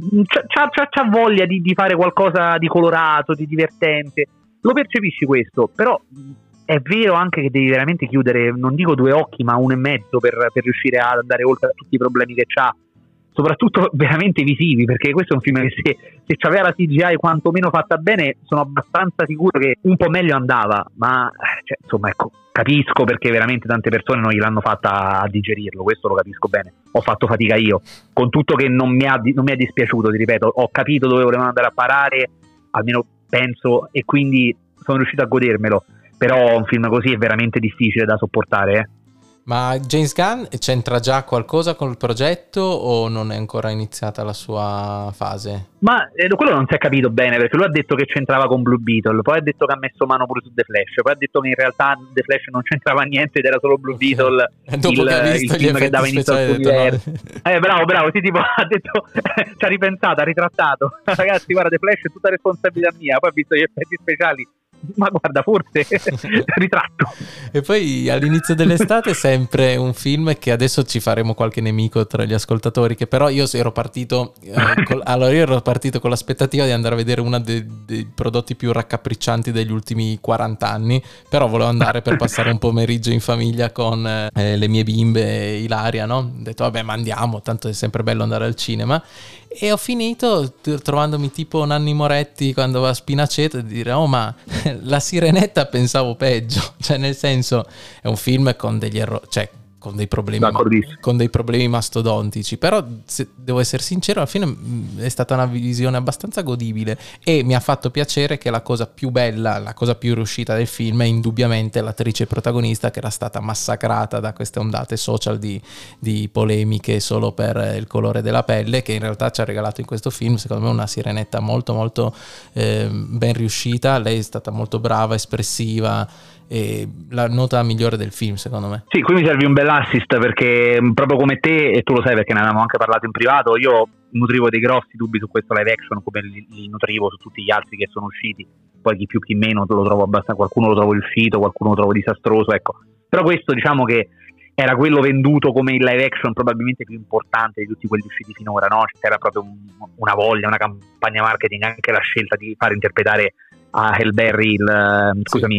voglia di fare qualcosa di colorato, di divertente, lo percepisci questo, però è vero anche che devi veramente chiudere, non dico 2 occhi ma 1 e mezzo per riuscire ad andare oltre a tutti i problemi che c'ha, soprattutto veramente visivi, perché questo è un film che se c'aveva la CGI quantomeno fatta bene, sono abbastanza sicuro che un po' meglio andava, ma cioè, insomma, ecco, capisco perché veramente tante persone non gliel'hanno fatta a digerirlo, questo lo capisco bene, ho fatto fatica io, con tutto che non mi ha dispiaciuto, ti ripeto, ho capito dove volevano andare a parare, almeno penso, e quindi sono riuscito a godermelo, però un film così è veramente difficile da sopportare, Ma James Gunn c'entra già qualcosa col progetto o non è ancora iniziata la sua fase? Ma quello non si è capito bene, perché lui ha detto che c'entrava con Blue Beetle, poi ha detto che ha messo mano pure su The Flash, poi ha detto che in realtà The Flash non c'entrava niente ed era solo Blue Beetle, il film che dava inizio al suo universo. Bravo, sì, tipo ha detto ci ha ripensato, ha ritrattato ragazzi, guarda, The Flash è tutta responsabilità mia, poi ha visto gli effetti speciali, ma guarda, forse ritratto. E poi all'inizio dell'estate sempre un film che adesso ci faremo qualche nemico tra gli ascoltatori, che però io ero partito con l'aspettativa di andare a vedere uno dei prodotti più raccapriccianti degli ultimi 40 anni, però volevo andare per passare un pomeriggio in famiglia con le mie bimbe e Ilaria, no? Ho detto vabbè, ma andiamo, tanto è sempre bello andare al cinema. E ho finito trovandomi tipo Nanni Moretti quando va a Spinaceto e dire oh, ma La Sirenetta pensavo peggio, cioè nel senso è un film con degli errori, cioè con dei problemi mastodontici, però se devo essere sincero, alla fine è stata una visione abbastanza godibile e mi ha fatto piacere che la cosa più bella, la cosa più riuscita del film è indubbiamente l'attrice protagonista, che era stata massacrata da queste ondate social di polemiche solo per il colore della pelle, che in realtà ci ha regalato in questo film secondo me una Sirenetta molto molto ben riuscita. Lei è stata molto brava, espressiva, e la nota migliore del film secondo me. Sì, qui mi serve un bel assist, perché proprio come te, e tu lo sai perché ne avevamo anche parlato in privato, io nutrivo dei grossi dubbi su questo live action, come li nutrivo su tutti gli altri che sono usciti, poi chi più chi meno lo trovo abbastanza, qualcuno lo trovo riuscito, qualcuno lo trovo disastroso, ecco. Però questo, diciamo che era quello venduto come il live action probabilmente più importante di tutti quelli usciti finora, no? C'era proprio una voglia, una campagna marketing, anche la scelta di far interpretare a Halle Berry, a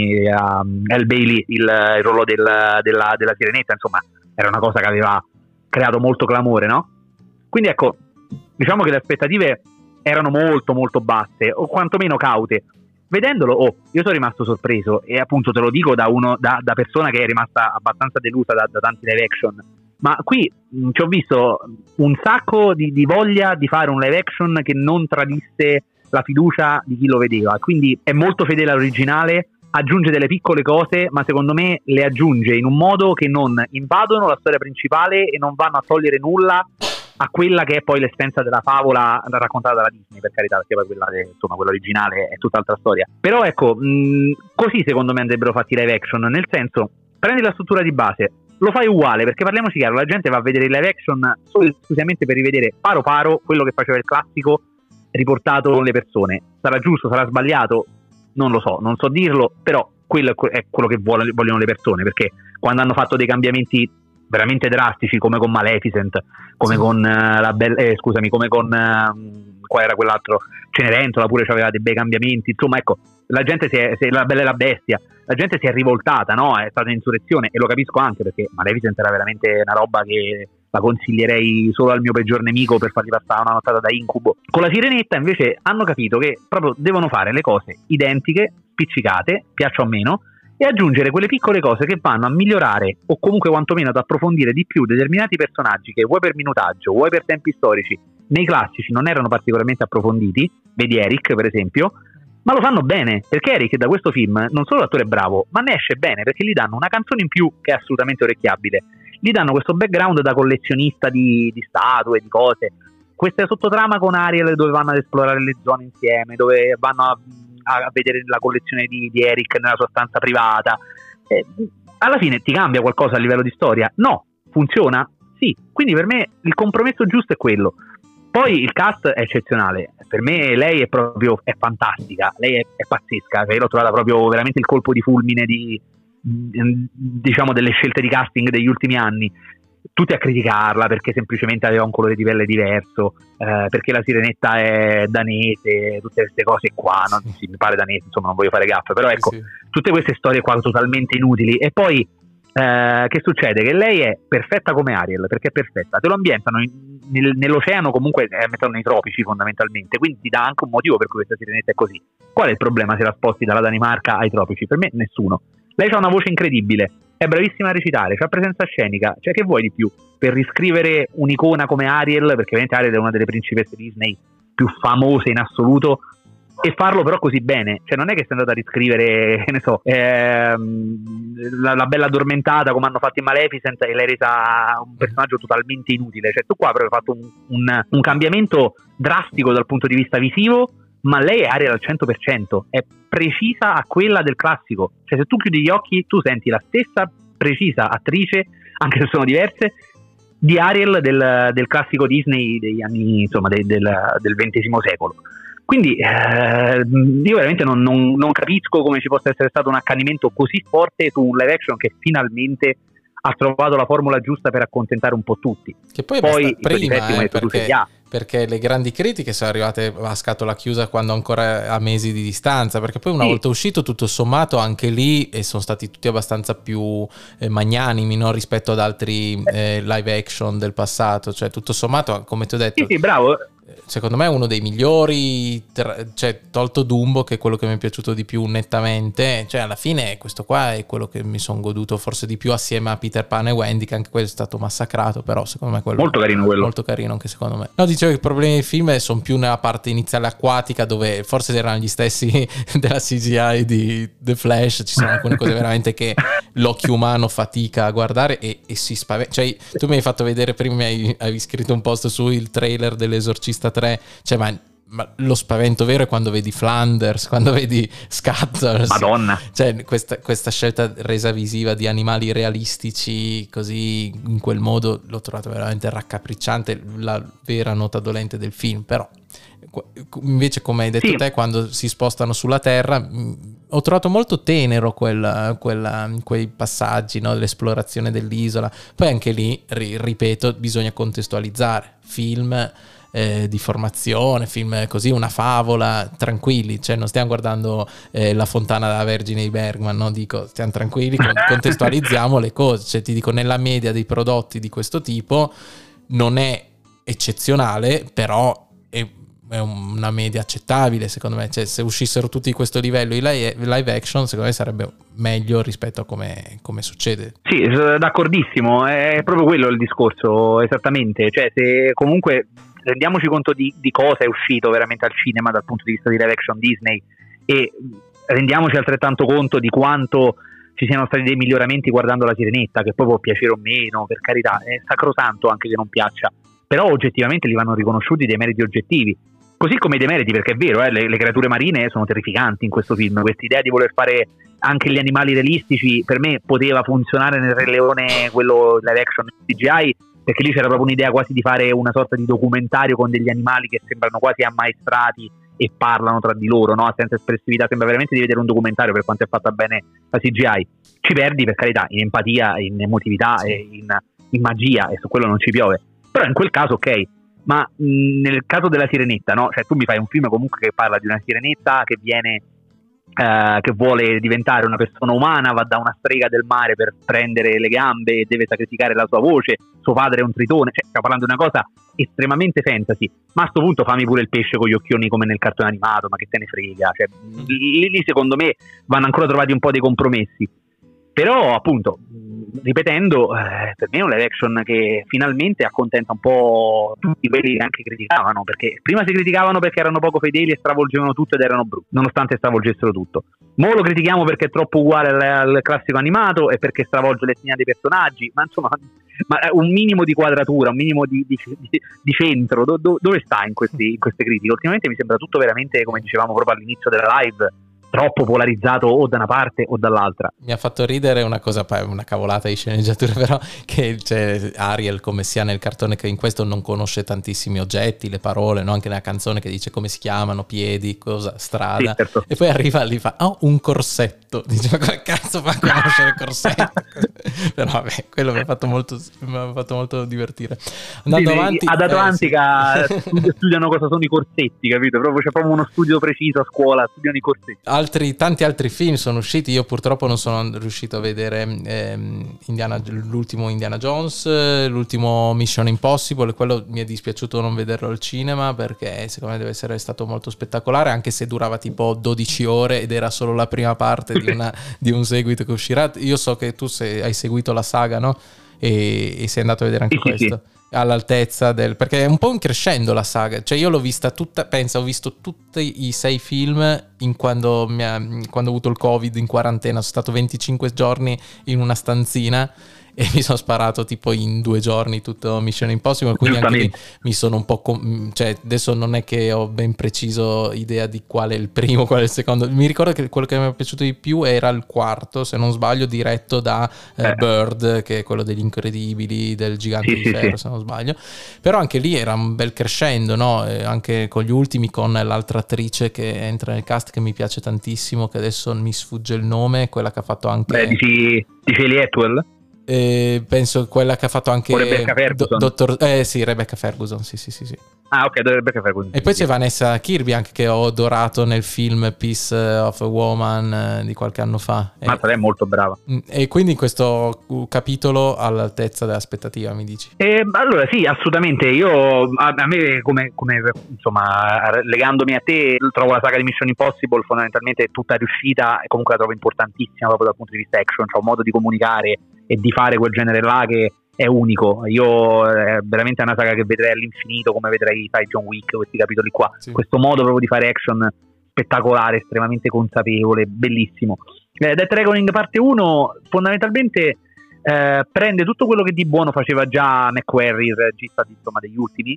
Halle Bailey il ruolo della Sirenetta, insomma era una cosa che aveva creato molto clamore, no? Quindi ecco, diciamo che le aspettative erano molto molto basse, o quantomeno caute. Vedendolo, io sono rimasto sorpreso, e appunto te lo dico da persona che è rimasta abbastanza delusa da tanti live action, ma qui ci ho visto un sacco di voglia di fare un live action che non tradisse la fiducia di chi lo vedeva, quindi è molto fedele all'originale, aggiunge delle piccole cose, ma secondo me le aggiunge in un modo che non invadono la storia principale e non vanno a togliere nulla a quella che è poi l'essenza della favola raccontata dalla Disney, per carità, perché poi quella originale è tutt'altra storia. Però ecco, così secondo me andrebbero fatti live action, nel senso, prendi la struttura di base, lo fai uguale, perché parliamoci chiaro, la gente va a vedere il live action solo e esclusivamente per rivedere paro paro quello che faceva il classico riportato con le persone. Sarà giusto, sarà sbagliato, non lo so, non so dirlo, però quello è quello che vogliono le persone, perché quando hanno fatto dei cambiamenti veramente drastici, come con Maleficent, come con come con qual era quell'altro, Cenerentola pure aveva dei bei cambiamenti, insomma ecco, la gente La Bella e la Bestia, la gente si è rivoltata, no? È stata un'insurrezione, e lo capisco anche, perché Maleficent era veramente una roba che la consiglierei solo al mio peggior nemico per fargli passare una nottata da incubo. Con la Sirenetta invece hanno capito che proprio devono fare le cose identiche, spiccicate, piaccia o meno, e aggiungere quelle piccole cose che vanno a migliorare o comunque quantomeno ad approfondire di più determinati personaggi che vuoi per minutaggio, vuoi per tempi storici, nei classici non erano particolarmente approfonditi, vedi Eric per esempio, ma lo fanno bene, perché Eric da questo film non solo l'attore è bravo, ma ne esce bene, perché gli danno una canzone in più che è assolutamente orecchiabile, gli danno questo background da collezionista di statue, di cose, questa sottotrama con Ariel dove vanno ad esplorare le zone insieme, dove vanno a vedere la collezione di Eric nella sua stanza privata, alla fine ti cambia qualcosa a livello di storia? No. Funziona? Sì. Quindi per me il compromesso giusto è quello. Poi il cast è eccezionale, per me lei è fantastica, lei è pazzesca, cioè io l'ho trovata proprio veramente il colpo di fulmine diciamo delle scelte di casting degli ultimi anni. Tutti a criticarla perché semplicemente aveva un colore di pelle diverso, perché la Sirenetta è danese, tutte queste cose qua, no? Sì, mi pare danese, insomma non voglio fare gaffe, però ecco, sì. Tutte queste storie qua totalmente inutili. E poi che succede? Che lei è perfetta come Ariel, perché è perfetta, te lo ambientano nell'oceano, comunque ambientano nei tropici fondamentalmente, quindi ti dà anche un motivo per cui questa Sirenetta è così. Qual è il problema se la sposti dalla Danimarca ai tropici? Per me nessuno. Lei ha una voce incredibile, è bravissima a recitare, c'ha presenza scenica, cioè che vuoi di più per riscrivere un'icona come Ariel, perché ovviamente Ariel è una delle principesse Disney più famose in assoluto, e farlo però così bene, cioè non è che sei andata a riscrivere, che ne so, la Bella Addormentata come hanno fatto in Maleficent e l'hai resa un personaggio totalmente inutile, cioè tu qua avrai fatto un cambiamento drastico dal punto di vista visivo, ma lei è Ariel al 100%, è precisa a quella del classico, cioè se tu chiudi gli occhi tu senti la stessa precisa attrice, anche se sono diverse, di Ariel del classico Disney degli anni, insomma del XX secolo. Quindi io veramente non capisco come ci possa essere stato un accanimento così forte su un live action che finalmente ha trovato la formula giusta per accontentare un po' tutti. Che poi prima, perché le grandi critiche sono arrivate a scatola chiusa quando ancora a mesi di distanza, perché poi una volta uscito tutto sommato anche lì sono stati tutti abbastanza più magnanimi, no? Rispetto ad altri live action del passato, cioè tutto sommato come ti ho detto sì, bravo. Secondo me è uno dei migliori, cioè tolto Dumbo che è quello che mi è piaciuto di più nettamente, cioè alla fine questo qua è quello che mi sono goduto forse di più assieme a Peter Pan e Wendy, che anche quello è stato massacrato, però secondo me quello molto carino, molto carino anche secondo me. No, dicevo che i problemi del film sono più nella parte iniziale acquatica, dove forse erano gli stessi della CGI di The Flash, ci sono alcune cose veramente che l'occhio umano fatica a guardare e si spaventa, cioè tu mi hai fatto vedere prima, avevi scritto un post su il trailer dell'Esorcista 3, cioè ma ma lo spavento vero è quando vedi Flanders, quando vedi Scatters. Madonna. Cioè questa scelta resa visiva di animali realistici così in quel modo l'ho trovato veramente raccapricciante, la vera nota dolente del film. Però invece, come hai detto te, quando si spostano sulla Terra, ho trovato molto tenero quei passaggi, no, dell'esplorazione dell'isola. Poi anche lì, ripeto, bisogna contestualizzare. Film di formazione, film così, una favola, tranquilli, cioè non stiamo guardando La Fontana della Vergine di Bergman, no? Dico, stiamo tranquilli, contestualizziamo le cose, cioè ti dico, nella media dei prodotti di questo tipo non è eccezionale, però è una media accettabile, secondo me. Cioè, se uscissero tutti di questo livello i live action, secondo me sarebbe meglio rispetto a come succede. Sì, d'accordissimo, è proprio quello il discorso, esattamente. Cioè, se comunque rendiamoci conto di cosa è uscito veramente al cinema dal punto di vista di live action Disney, e rendiamoci altrettanto conto di quanto ci siano stati dei miglioramenti guardando La Sirenetta, che poi può piacere o meno, per carità, è sacrosanto anche che non piaccia, però oggettivamente gli vanno riconosciuti dei meriti oggettivi, così come i demeriti, perché è vero, le creature marine sono terrificanti in questo film. Questa idea di voler fare anche gli animali realistici per me poteva funzionare nel Re Leone, quello live action CGI, perché lì c'era proprio un'idea quasi di fare una sorta di documentario con degli animali che sembrano quasi ammaestrati e parlano tra di loro, no? Senza espressività, sembra veramente di vedere un documentario per quanto è fatta bene la CGI. Ci perdi, per carità, in empatia, in emotività e in magia, e su quello non ci piove. Però in quel caso ok, ma nel caso della Sirenetta, no? Cioè tu mi fai un film comunque che parla di una sirenetta che viene che vuole diventare una persona umana, va da una strega del mare per prendere le gambe e deve sacrificare la sua voce, suo padre è un tritone, cioè stiamo parlando di una cosa estremamente fantasy, ma a sto punto fammi pure il pesce con gli occhioni come nel cartone animato, ma che te ne frega, cioè, lì secondo me vanno ancora trovati un po' dei compromessi. Però appunto, ripetendo, per me è un live action che finalmente accontenta un po' tutti quelli che anche criticavano, perché prima si criticavano perché erano poco fedeli e stravolgevano tutto ed erano brutti, nonostante stravolgessero tutto. Mo lo critichiamo perché è troppo uguale al classico animato e perché stravolge l'etnia dei personaggi, ma insomma, un minimo di quadratura, un minimo di centro, dove sta in queste critiche? Ultimamente mi sembra tutto veramente, come dicevamo proprio all'inizio della live, troppo polarizzato o da una parte o dall'altra. Mi ha fatto ridere una cosa, una cavolata di sceneggiatura, però, che c'è Ariel come sia nel cartone, che in questo non conosce tantissimi oggetti, le parole, no? Anche nella canzone che dice come si chiamano, piedi, cosa, strada, sì, certo. E poi arriva lì, fa un corsetto, dice ma come cazzo fa a conoscere il corsetto? Però vabbè, quello mi ha fatto molto divertire. Andando avanti, ad Atlantica studiano cosa sono i corsetti, capito? Proprio c'è proprio uno studio preciso a scuola, studiano i corsetti. Tanti altri film sono usciti. Io purtroppo non sono riuscito a vedere l'ultimo Indiana Jones, l'ultimo Mission Impossible, quello mi è dispiaciuto non vederlo al cinema perché secondo me deve essere stato molto spettacolare, anche se durava tipo 12 ore ed era solo la prima parte di un seguito che uscirà. Io so che tu hai seguito la saga, no? E sei andato a vedere anche questo. Sì. All'altezza perché è un po' in crescendo la saga, cioè io l'ho vista tutta, ho visto tutti i 6 film quando ho avuto il Covid in quarantena, sono stato 25 giorni in una stanzina e mi sono sparato tipo in 2 giorni tutto Mission Impossible, quindi anche lì mi sono un po' cioè adesso non è che ho ben preciso idea di quale è il primo, quale è il secondo. Mi ricordo che quello che mi è piaciuto di più era il quarto, se non sbaglio, diretto da Bird, che è quello degli Incredibili, del Gigante di Ferro, se non sbaglio. Però anche lì era un bel crescendo, no? Anche con gli ultimi, con l'altra attrice che entra nel cast che mi piace tantissimo, che adesso mi sfugge il nome, quella che ha fatto anche dici Hayley Atwell? Penso quella che ha fatto anche Rebecca Ferguson. sì, Rebecca Ferguson, sì. Ah, ok, Rebecca Ferguson. E poi c'è Vanessa Kirby anche, che ho adorato nel film Piece of a Woman di qualche anno fa. Ma lei è molto brava. E quindi questo capitolo all'altezza dell'aspettativa, mi dici? Allora sì, assolutamente. Io a me come insomma, legandomi a te, trovo la saga di Mission Impossible fondamentalmente tutta riuscita e comunque la trovo importantissima proprio dal punto di vista action, cioè un modo di comunicare e di fare quel genere là che è unico. Io veramente è una saga che vedrei all'infinito, come vedrei John Wick, questi capitoli qua. Sì. Questo modo proprio di fare action spettacolare, estremamente consapevole, bellissimo. Death Reckoning parte 1 fondamentalmente prende tutto quello che di buono faceva già McQuarrie, il regista insomma degli ultimi,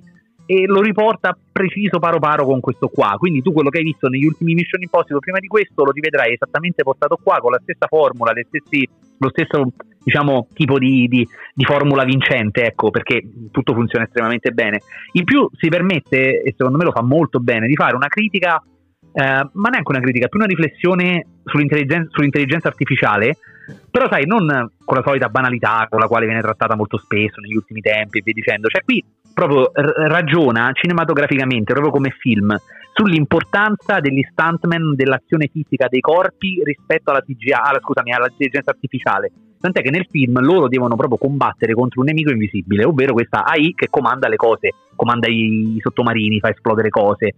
e lo riporta preciso paro paro con questo qua. Quindi tu quello che hai visto negli ultimi Mission Impossible prima di questo lo rivedrai esattamente portato qua, con la stessa formula, lo stesso diciamo tipo di formula vincente, ecco, perché tutto funziona estremamente bene. In più si permette, e secondo me lo fa molto bene, di fare una critica, ma neanche una critica, più una riflessione sull'intelligenza artificiale, però sai, non con la solita banalità con la quale viene trattata molto spesso negli ultimi tempi e via dicendo. Cioè qui proprio ragiona cinematograficamente, proprio come film, sull'importanza degli stuntman, dell'azione fisica dei corpi rispetto alla CGI, all'intelligenza artificiale. Tant'è che nel film loro devono proprio combattere contro un nemico invisibile, ovvero questa AI che comanda le cose, comanda i sottomarini, fa esplodere cose,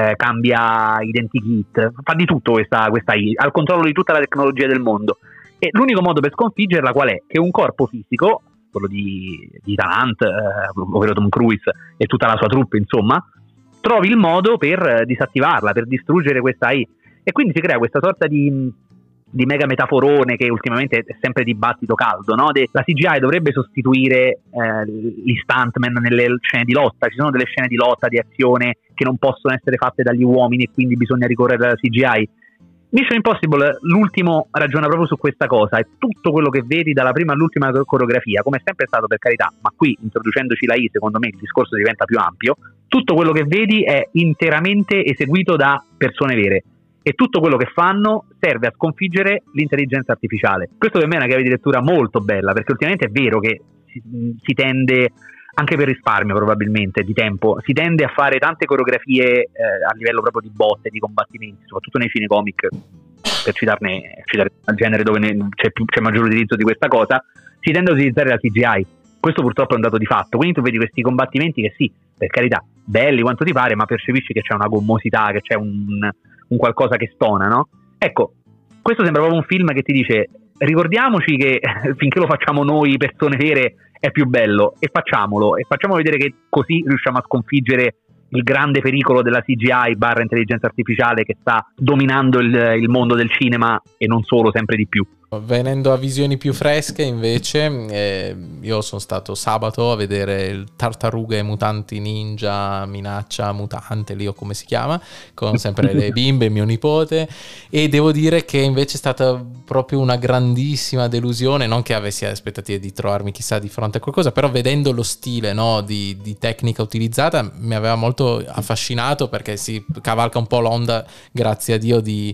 cambia identikit, fa di tutto questa AI, ha il controllo di tutta la tecnologia del mondo. E l'unico modo per sconfiggerla qual è? Che un corpo fisico, quello di Tanant, ovvero Tom Cruise e tutta la sua troupe, insomma, trovi il modo per disattivarla, per distruggere questa AI. E quindi si crea questa sorta di mega metaforone che ultimamente è sempre dibattito caldo, no? La CGI dovrebbe sostituire gli stuntman nelle scene di lotta. Ci sono delle scene di lotta, di azione che non possono essere fatte dagli uomini e quindi bisogna ricorrere alla CGI. Mission Impossible, l'ultimo, ragiona proprio su questa cosa, e tutto quello che vedi dalla prima all'ultima coreografia, come è sempre stato, per carità, ma qui introducendoci la I secondo me il discorso diventa più ampio. Tutto quello che vedi è interamente eseguito da persone vere e tutto quello che fanno serve a sconfiggere l'intelligenza artificiale. Questo per me è una chiave di lettura molto bella, perché ultimamente è vero che si tende, anche per risparmio probabilmente di tempo, si tende a fare tante coreografie a livello proprio di botte, di combattimenti, soprattutto nei cinecomic, per citare al genere dove c'è maggior utilizzo di questa cosa, si tende a utilizzare la CGI. Questo purtroppo è un dato di fatto, quindi tu vedi questi combattimenti che sì, per carità, belli quanto ti pare, ma percepisci che c'è una gommosità, che c'è un qualcosa che stona, no? Ecco, questo sembra proprio un film che ti dice: ricordiamoci che finché lo facciamo noi persone vere è più bello, e facciamo vedere che così riusciamo a sconfiggere il grande pericolo della CGI / intelligenza artificiale che sta dominando il mondo del cinema, e non solo, sempre di più. Venendo a visioni più fresche invece, io sono stato sabato a vedere il Tartarughe Mutanti Ninja Minaccia Mutante, lì o come si chiama, con sempre le bimbe, mio nipote, e devo dire che invece è stata proprio una grandissima delusione, non che avessi aspettative di trovarmi chissà di fronte a qualcosa, però vedendo lo stile, no, di tecnica utilizzata mi aveva molto affascinato, perché si cavalca un po' l'onda, grazie a Dio, di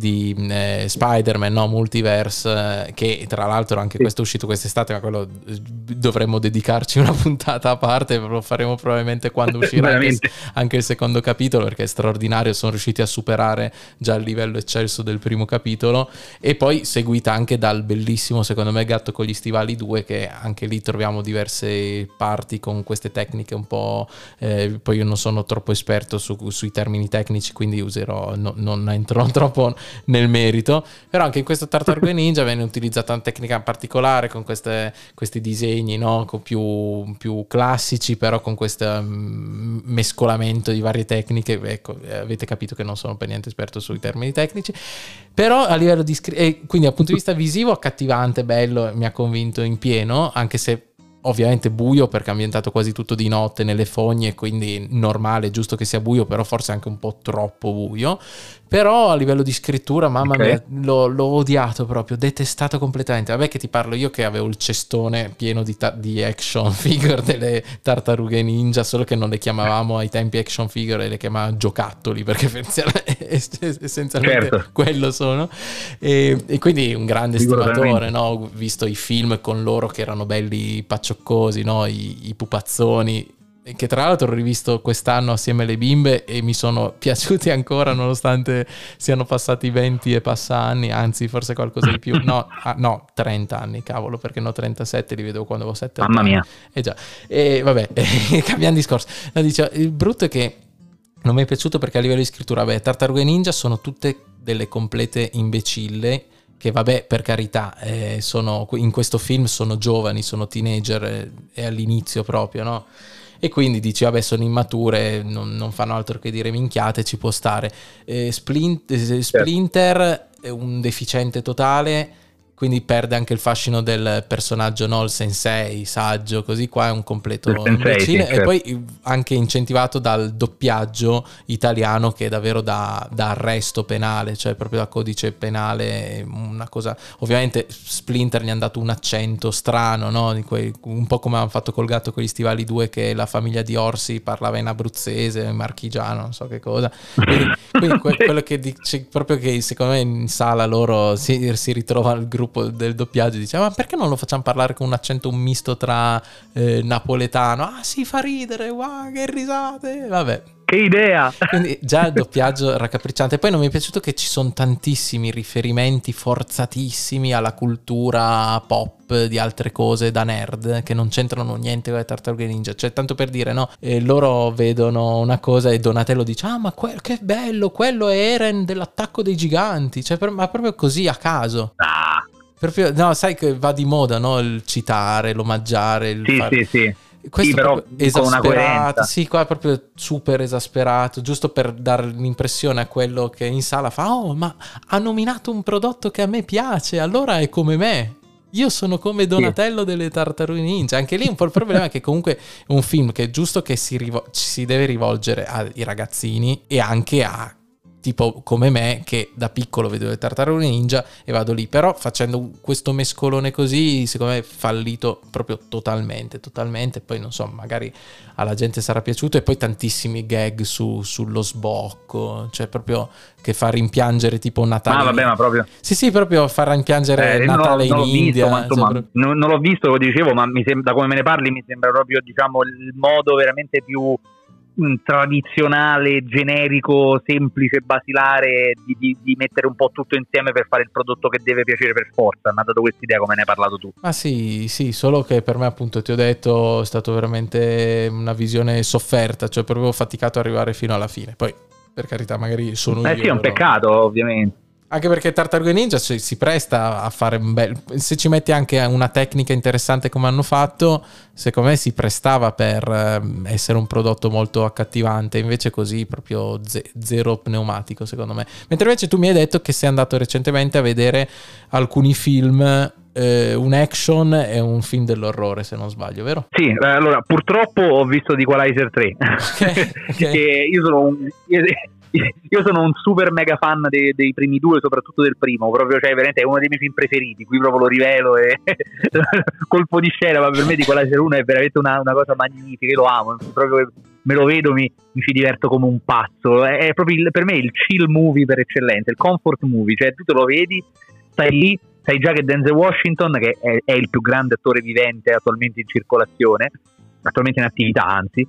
Spider-Man, no, Multiverse, che tra l'altro anche questo è uscito quest'estate, ma quello dovremmo dedicarci una puntata a parte, lo faremo probabilmente quando uscirà anche il secondo capitolo, perché è straordinario, sono riusciti a superare già il livello eccelso del primo capitolo, e poi seguita anche dal bellissimo, secondo me, Gatto con gli stivali 2, che anche lì troviamo diverse parti con queste tecniche un po', poi io non sono troppo esperto sui termini tecnici, quindi userò, non entrerò troppo nel merito, però anche in questo Tartarughe Ninja viene utilizzata una tecnica particolare con questi disegni, no? più classici, però con questo mescolamento di varie tecniche. Ecco, avete capito che non sono per niente esperto sui termini tecnici, però a livello di quindi dal punto di vista visivo accattivante, bello, mi ha convinto in pieno, anche se ovviamente buio, perché è ambientato quasi tutto di notte nelle fogne, quindi normale, giusto che sia buio, però forse anche un po' troppo buio. Però a livello di scrittura, mamma mia, l'ho odiato proprio, detestato completamente. Vabbè che ti parlo io che avevo il cestone pieno di action figure delle Tartarughe Ninja, solo che non le chiamavamo ai tempi action figure, le chiamavamo giocattoli, perché essenzialmente quello sono. E quindi un grande stimatore, no? Ho visto i film con loro che erano belli paccioccosi, no? I pupazzoni, che tra l'altro ho rivisto quest'anno assieme alle bimbe e mi sono piaciuti ancora, nonostante siano passati 20 e passa anni, anzi forse qualcosa di più, no 30 anni, cavolo, perché no 37 li vedevo quando avevo 7 anni. Mamma mia. Già, e vabbè, cambiamo discorso. No, dice, il brutto è che non mi è piaciuto perché a livello di scrittura, Tartarughe Ninja sono tutte delle complete imbecille, che vabbè, per carità, in questo film sono giovani, sono teenager, è all'inizio proprio, no? E quindi dici, vabbè, sono immature, non fanno altro che dire minchiate, ci può stare. Splinter è un deficiente totale, quindi perde anche il fascino del personaggio, no? Il sensei, saggio, così. Qua è un completo imbecille, certo. E poi anche incentivato dal doppiaggio italiano, che è davvero da arresto penale, cioè proprio da codice penale, una cosa. Ovviamente Splinter gli hanno dato un accento strano, no? Un po' come hanno fatto col Gatto con gli stivali 2, che la famiglia di Orsi parlava in abruzzese, in marchigiano, non so che cosa. Quindi quello che dice proprio, che secondo me in sala loro si ritrovano il gruppo del doppiaggio, dice: ma perché non lo facciamo parlare con un accento, un misto tra napoletano? Ah, si fa ridere, wow, che risate, vabbè. Che idea! Quindi già il doppiaggio raccapricciante. Poi non mi è piaciuto che ci sono tantissimi riferimenti forzatissimi alla cultura pop di altre cose da nerd, che non c'entrano niente con le Tartarughe Ninja. Cioè, tanto per dire, no? Loro vedono una cosa e Donatello dice: ah, ma che bello, quello è Eren dell'attacco dei giganti. Cioè, ma proprio così a caso. Proprio, no, sai che va di moda, no? Il citare, l'omaggiare, Sì. Questo sì, però con una coerenza. Sì, qua è proprio super esasperato, giusto per dare l'impressione a quello che in sala fa: oh, ma ha nominato un prodotto che a me piace, allora è come me. Io sono come Donatello delle Tartarughe Ninja. Anche lì un po' il problema è che comunque è un film che è giusto che si deve rivolgere ai ragazzini e anche a tipo come me, che da piccolo vedo le Tartarughe Ninja e vado lì, però facendo questo mescolone così, secondo me è fallito proprio totalmente. Poi non so, magari alla gente sarà piaciuto, e poi tantissimi gag sullo sbocco, cioè proprio che fa rimpiangere tipo Natale. Ah, vabbè, ma proprio sì, proprio fa rimpiangere Natale non in India, visto, ma insomma, cioè, non l'ho visto, lo dicevo, ma da come me ne parli mi sembra proprio, diciamo, il modo veramente più tradizionale, generico, semplice, basilare di mettere un po' tutto insieme per fare il prodotto che deve piacere per forza. Mi ha dato questa idea, come ne hai parlato tu. Ma sì, solo che per me, appunto, ti ho detto, è stato veramente una visione sofferta, cioè proprio faticato ad arrivare fino alla fine. Poi, per carità, magari sono io. Sì, è un peccato, ovviamente. Anche perché Tartarughe Ninja si presta a fare un bel... Se ci metti anche una tecnica interessante come hanno fatto, secondo me si prestava per essere un prodotto molto accattivante. Invece così proprio zero pneumatico, secondo me. Mentre invece tu mi hai detto che sei andato recentemente a vedere alcuni film, un action e un film dell'orrore, se non sbaglio, vero? Sì, allora purtroppo ho visto The Equalizer 3. Okay. Io sono un super mega fan dei primi due, soprattutto del primo, proprio, cioè veramente è uno dei miei film preferiti, qui proprio lo rivelo, e colpo di scena, ma per me The Equalizer 1 è veramente una cosa magnifica, io lo amo, proprio me lo vedo, mi ci diverto come un pazzo, è proprio per me il chill movie per eccellenza, il comfort movie, cioè tu te lo vedi, stai lì, sai già che Denzel Washington, che è il più grande attore vivente attualmente in circolazione, attualmente in attività anzi,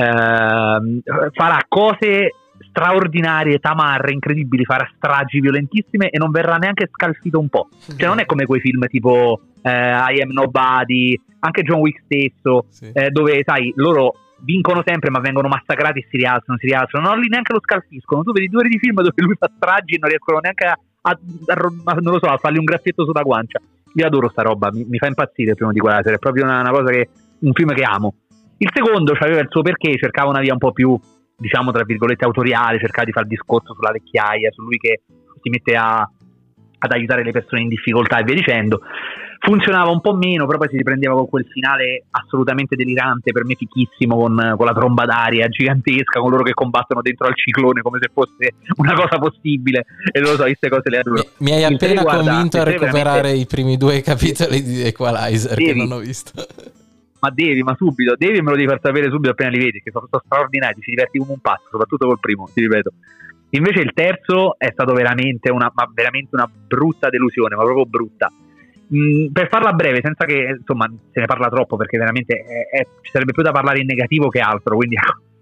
farà cose straordinarie, tamarre, incredibili, farà stragi violentissime e non verrà neanche scalfito un po'. Cioè non è come quei film tipo I Am Nobody, anche John Wick stesso, sì. Dove sai, loro vincono sempre ma vengono massacrati e si rialzano, non li neanche lo scalfiscono. Tu vedi 2 ore di film dove lui fa stragi e non riescono neanche a non lo so, a fargli un graffietto sulla guancia. Io adoro sta roba, mi fa impazzire il primo di quella serie, è proprio una cosa un film che amo. Il secondo aveva il suo perché, cercava una via un po' più, diciamo tra virgolette, autoriale, cercava di fare il discorso sulla vecchiaia, su lui che si mette ad aiutare le persone in difficoltà e via dicendo. Funzionava un po' meno, però poi si riprendeva con quel finale assolutamente delirante, per me fichissimo, con la tromba d'aria gigantesca, con loro che combattono dentro al ciclone come se fosse una cosa possibile, e non lo so, queste cose le adoro. Mi hai appena convinto a recuperare i primi 2 capitoli di Equalizer, che non ho visto. Ma subito, me lo devi far sapere subito appena li vedi, che sono straordinari, ci diverti come un pazzo, soprattutto col primo, ti ripeto. Invece il terzo è stato veramente una brutta delusione, ma proprio brutta. Per farla breve, senza che insomma se ne parla troppo, perché veramente ci sarebbe più da parlare in negativo che altro, quindi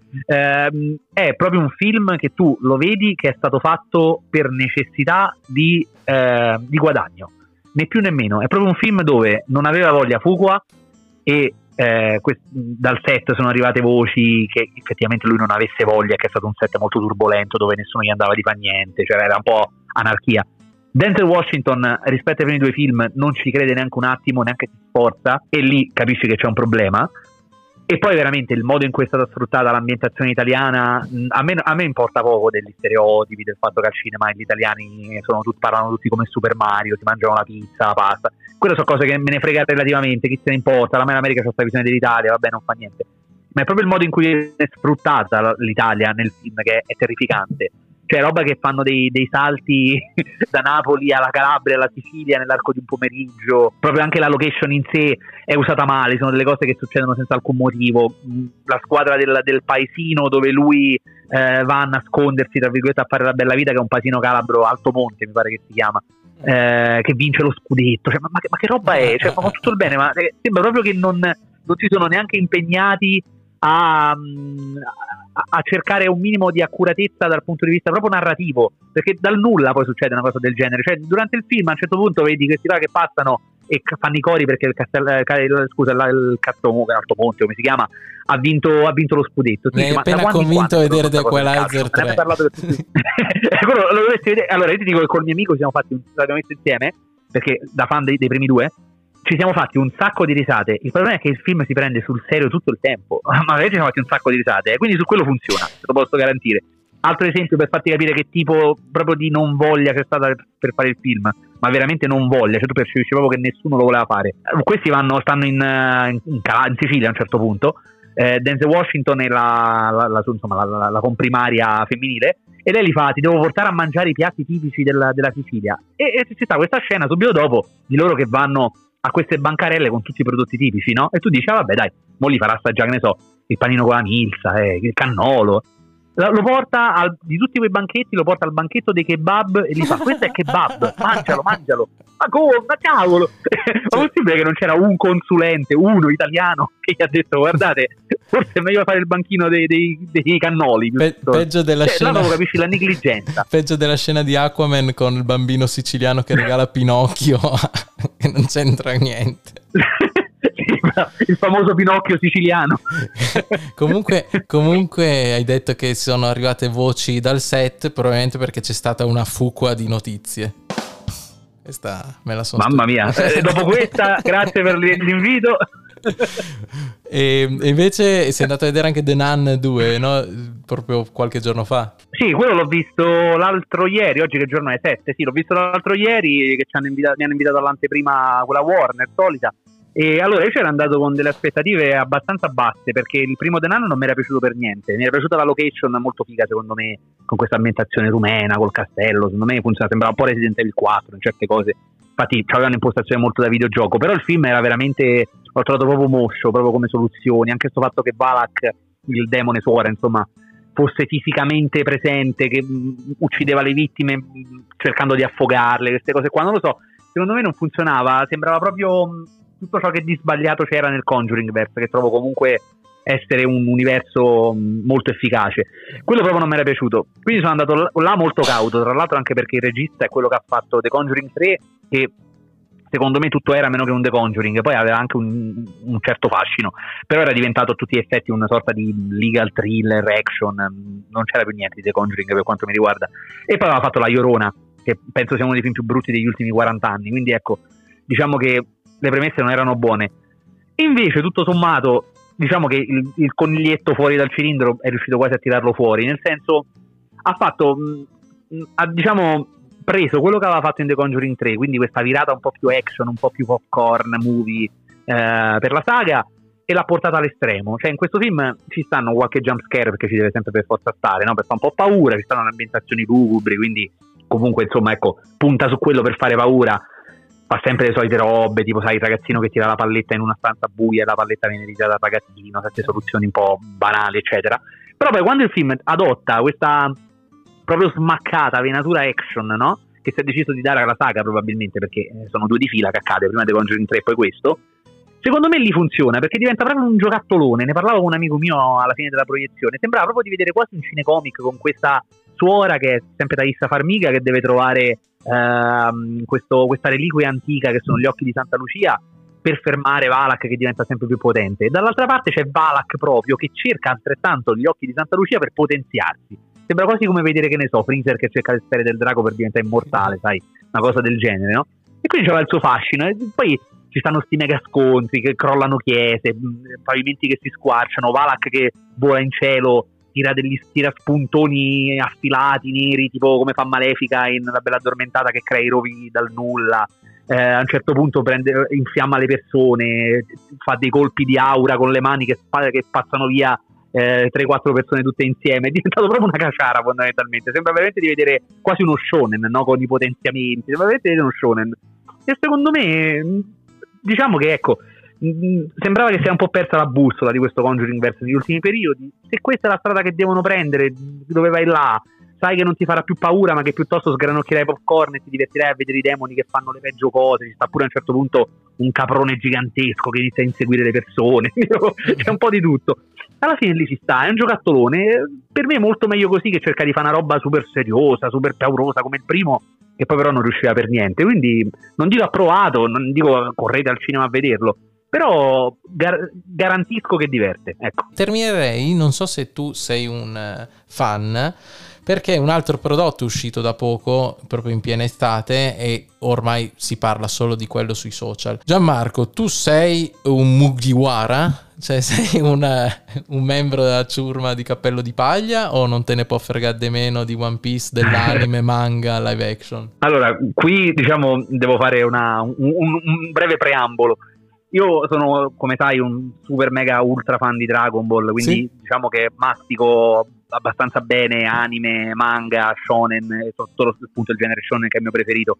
è proprio un film che tu lo vedi che è stato fatto per necessità di guadagno, né più né meno. È proprio un film dove non aveva voglia Fuqua e dal set sono arrivate voci che effettivamente lui non avesse voglia, che è stato un set molto turbolento dove nessuno gli andava di fare niente, cioè era un po' anarchia. Denzel Washington rispetto ai primi 2 film non ci crede neanche un attimo, neanche si sforza, e lì capisci che c'è un problema. E poi veramente il modo in cui è stata sfruttata l'ambientazione italiana, a me importa poco degli stereotipi, del fatto che al cinema gli italiani parlano tutti come Super Mario, si mangiano la pizza, la pasta. Quelle sono cose che me ne frega relativamente, chi se ne importa, a me l'America c'ha questa visione dell'Italia, vabbè, non fa niente. Ma è proprio il modo in cui è sfruttata l'Italia nel film che è terrificante. Cioè roba che fanno dei salti da Napoli alla Calabria, alla Sicilia nell'arco di un pomeriggio. Proprio anche la location in sé è usata male, sono delle cose che succedono senza alcun motivo. La squadra del paesino dove lui va a nascondersi, tra virgolette, a fare la bella vita, che è un paesino calabro, Altomonte mi pare che si chiama, che vince lo scudetto. Cioè, ma che roba è? Cioè, fanno tutto il bene, ma sembra proprio che non si sono neanche impegnati a cercare un minimo di accuratezza dal punto di vista proprio narrativo, perché dal nulla poi succede una cosa del genere. Cioè, durante il film a un certo punto vedi questi là che passano e fanno i cori perché il Altomonte, come si chiama, ha vinto lo scudetto. Mi hai appena convinto a vedere The Equalizer 3. Lo dovresti vedere. Allora io ti dico che col mio amico l'abbiamo messo insieme, perché da fan dei primi due ci siamo fatti un sacco di risate. Il problema è che il film si prende sul serio tutto il tempo, ma noi ci siamo fatti un sacco di risate, quindi su quello funziona, te lo posso garantire. Altro esempio per farti capire che tipo proprio di non voglia c'è stata per fare il film, ma veramente non voglia, cioè tu percepisci proprio che nessuno lo voleva fare. Questi stanno in Sicilia a un certo punto, Denzel Washington è la comprimaria femminile, e lei li fa: ti devo portare a mangiare i piatti tipici della Sicilia, e ci sta questa scena subito dopo di loro che vanno a queste bancarelle con tutti i prodotti tipici, no? E tu dici: vabbè dai, mo li farà assaggiare, che ne so, il panino con la milza, il cannolo. Lo porta di tutti quei banchetti, lo porta al banchetto dei kebab e gli fa: questo è kebab, mangialo. Ma come? Ma cavolo! Ma possibile che non c'era un consulente, uno italiano, che gli ha detto: guardate, forse è meglio fare il banchino dei cannoli. Peggio della scena. Là non capisci la negligenza. Peggio della scena di Aquaman con il bambino siciliano che regala Pinocchio, che non c'entra niente. Il famoso Pinocchio siciliano. comunque hai detto che sono arrivate voci dal set, probabilmente perché c'è stata una fucua di notizie. Questa me la sono Mamma mia, dopo questa grazie per l'invito. E invece sei andato a vedere anche The Nun 2, no? Proprio qualche giorno fa. Sì, quello l'ho visto l'altro ieri. Oggi che giorno è? 7. Sì, l'ho visto l'altro ieri, che mi hanno invitato all'anteprima, quella Warner solita. E allora io c'ero andato con delle aspettative abbastanza basse, perché il primo The Nun non mi era piaciuto per niente. Mi era piaciuta la location, molto figa secondo me, con questa ambientazione rumena, col castello. Secondo me funziona, sembrava un po' Resident Evil 4 in certe cose. Infatti aveva un'impostazione molto da videogioco, però il film era veramente, l'ho trovato proprio moscio, proprio come soluzioni. Anche questo fatto che Valak, il demone suora, insomma, fosse fisicamente presente, che uccideva le vittime cercando di affogarle, queste cose qua, non lo so, secondo me non funzionava. Sembrava proprio tutto ciò che di sbagliato c'era nel Conjuringverse, che trovo comunque essere un universo molto efficace. Quello proprio non mi era piaciuto, quindi sono andato là molto cauto, tra l'altro anche perché il regista è quello che ha fatto The Conjuring 3, che secondo me tutto era meno che un The Conjuring, poi aveva anche un certo fascino, però era diventato a tutti gli effetti una sorta di legal thriller, action, non c'era più niente di The Conjuring per quanto mi riguarda. E poi aveva fatto La Llorona, che penso sia uno dei film più brutti degli ultimi 40 anni, quindi ecco, diciamo che le premesse non erano buone. Invece tutto sommato diciamo che il coniglietto fuori dal cilindro è riuscito quasi a tirarlo fuori, nel senso ha fatto ha diciamo preso quello che aveva fatto in The Conjuring 3, quindi questa virata un po' più action, un po' più popcorn movie per la saga, e l'ha portata all'estremo. Cioè in questo film ci stanno qualche jump scare, perché ci deve sempre per forza stare, no? Per fare un po' paura, ci stanno le ambientazioni lugubri, quindi comunque insomma ecco, punta su quello per fare paura. Fa sempre le solite robe, tipo sai il ragazzino che tira la palletta in una stanza buia e la palletta viene ritirata dal ragazzino, queste soluzioni un po' banali eccetera. Però poi quando il film adotta questa proprio smaccata venatura action, no? Che si è deciso di dare alla saga, probabilmente perché sono due di fila che accade, prima The Conjuring 3 e poi questo, secondo me lì funziona, perché diventa proprio un giocattolone. Ne parlavo con un amico mio alla fine della proiezione, sembrava proprio di vedere quasi un cinecomic con questa suora che è sempre Thaisa Farmiga, che deve trovare questa reliquia antica che sono gli occhi di Santa Lucia per fermare Valak, che diventa sempre più potente, e dall'altra parte c'è Valak proprio che cerca altrettanto gli occhi di Santa Lucia per potenziarsi. Sembra quasi come vedere, che ne so, Freezer che cerca le sfere del drago per diventare immortale, sai, una cosa del genere, no? E quindi c'era il suo fascino. E poi ci stanno sti mega scontri che crollano chiese, pavimenti che si squarciano, Valak che vola in cielo, tira spuntoni affilati neri tipo come fa Malefica in La Bella Addormentata, che crea i rovini dal nulla. A un certo punto infiamma le persone, fa dei colpi di aura con le mani che spazzano via 3-4 persone tutte insieme. È diventato proprio una caciara fondamentalmente, sembra veramente di vedere quasi uno shonen, no? Con i potenziamenti, sembra veramente di vedere uno shonen. E secondo me, diciamo che ecco, sembrava che sia un po' persa la bussola di questo Conjuring verso negli ultimi periodi. Se questa è la strada che devono prendere, dove vai là, sai che non ti farà più paura, ma che piuttosto sgranocchierai popcorn e ti divertirai a vedere i demoni che fanno le peggio cose. Ci sta pure a un certo punto un caprone gigantesco che inizia a inseguire le persone. C'è un po' di tutto. Alla fine lì ci sta, è un giocattolone. Per me è molto meglio così che cerca di fare una roba super seriosa, super paurosa come il primo, che poi però non riusciva per niente. Quindi non dico approvato, non dico correte al cinema a vederlo, però garantisco che diverte, ecco. Terminerei, non so se tu sei un fan, perché un altro prodotto è uscito da poco, proprio in piena estate, e ormai si parla solo di quello sui social. Gianmarco, tu sei un Mugiwara? Cioè sei un membro della ciurma di Cappello di Paglia, o non te ne può fregare di meno di One Piece, dell'anime, manga, live action? Allora, qui diciamo devo fare un breve preambolo. Io sono, come sai, un super mega ultra fan di Dragon Ball, quindi sì, diciamo che mastico abbastanza bene anime, manga, shonen, sotto appunto il genere shonen che è il mio preferito.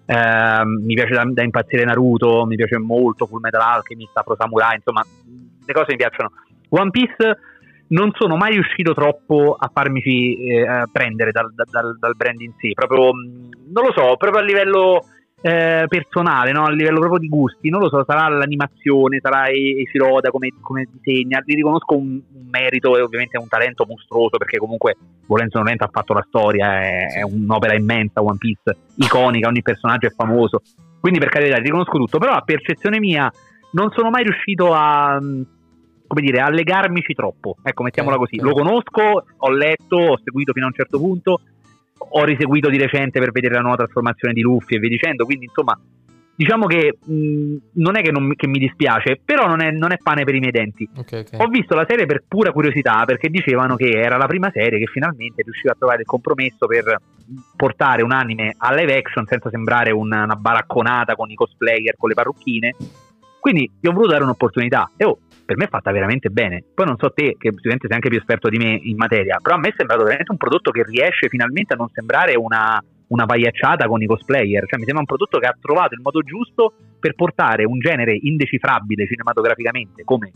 Mi piace da impazzire Naruto, mi piace molto Fullmetal Alchemist, Afro Samurai, insomma le cose mi piacciono. One Piece non sono mai riuscito troppo a farmi prendere dal brand in sé, proprio non lo so, proprio a livello personale, no? A livello proprio di gusti, non lo so, sarà l'animazione, sarà Eiichiroda come disegna, gli riconosco un merito e ovviamente un talento mostruoso, perché comunque volendo o nolente ha fatto la storia, è un'opera immensa One Piece, iconica, ogni personaggio è famoso, quindi per carità riconosco tutto, però a percezione mia non sono mai riuscito a, come dire, a legarmici troppo, ecco, mettiamola così. Lo conosco, ho letto, ho seguito fino a un certo punto, ho riseguito di recente per vedere la nuova trasformazione di Luffy e via dicendo, quindi insomma diciamo che non è che mi dispiace, però non è pane per i miei denti. Okay. Ho visto la serie per pura curiosità, perché dicevano che era la prima serie che finalmente riusciva a trovare il compromesso per portare un anime a live action senza sembrare una baracconata con i cosplayer, con le parrucchine, quindi gli ho voluto dare un'opportunità e per me è fatta veramente bene. Poi non so te, che sicuramente sei anche più esperto di me in materia, però a me è sembrato veramente un prodotto che riesce finalmente a non sembrare una pagliacciata con i cosplayer, cioè mi sembra un prodotto che ha trovato il modo giusto per portare un genere indecifrabile cinematograficamente come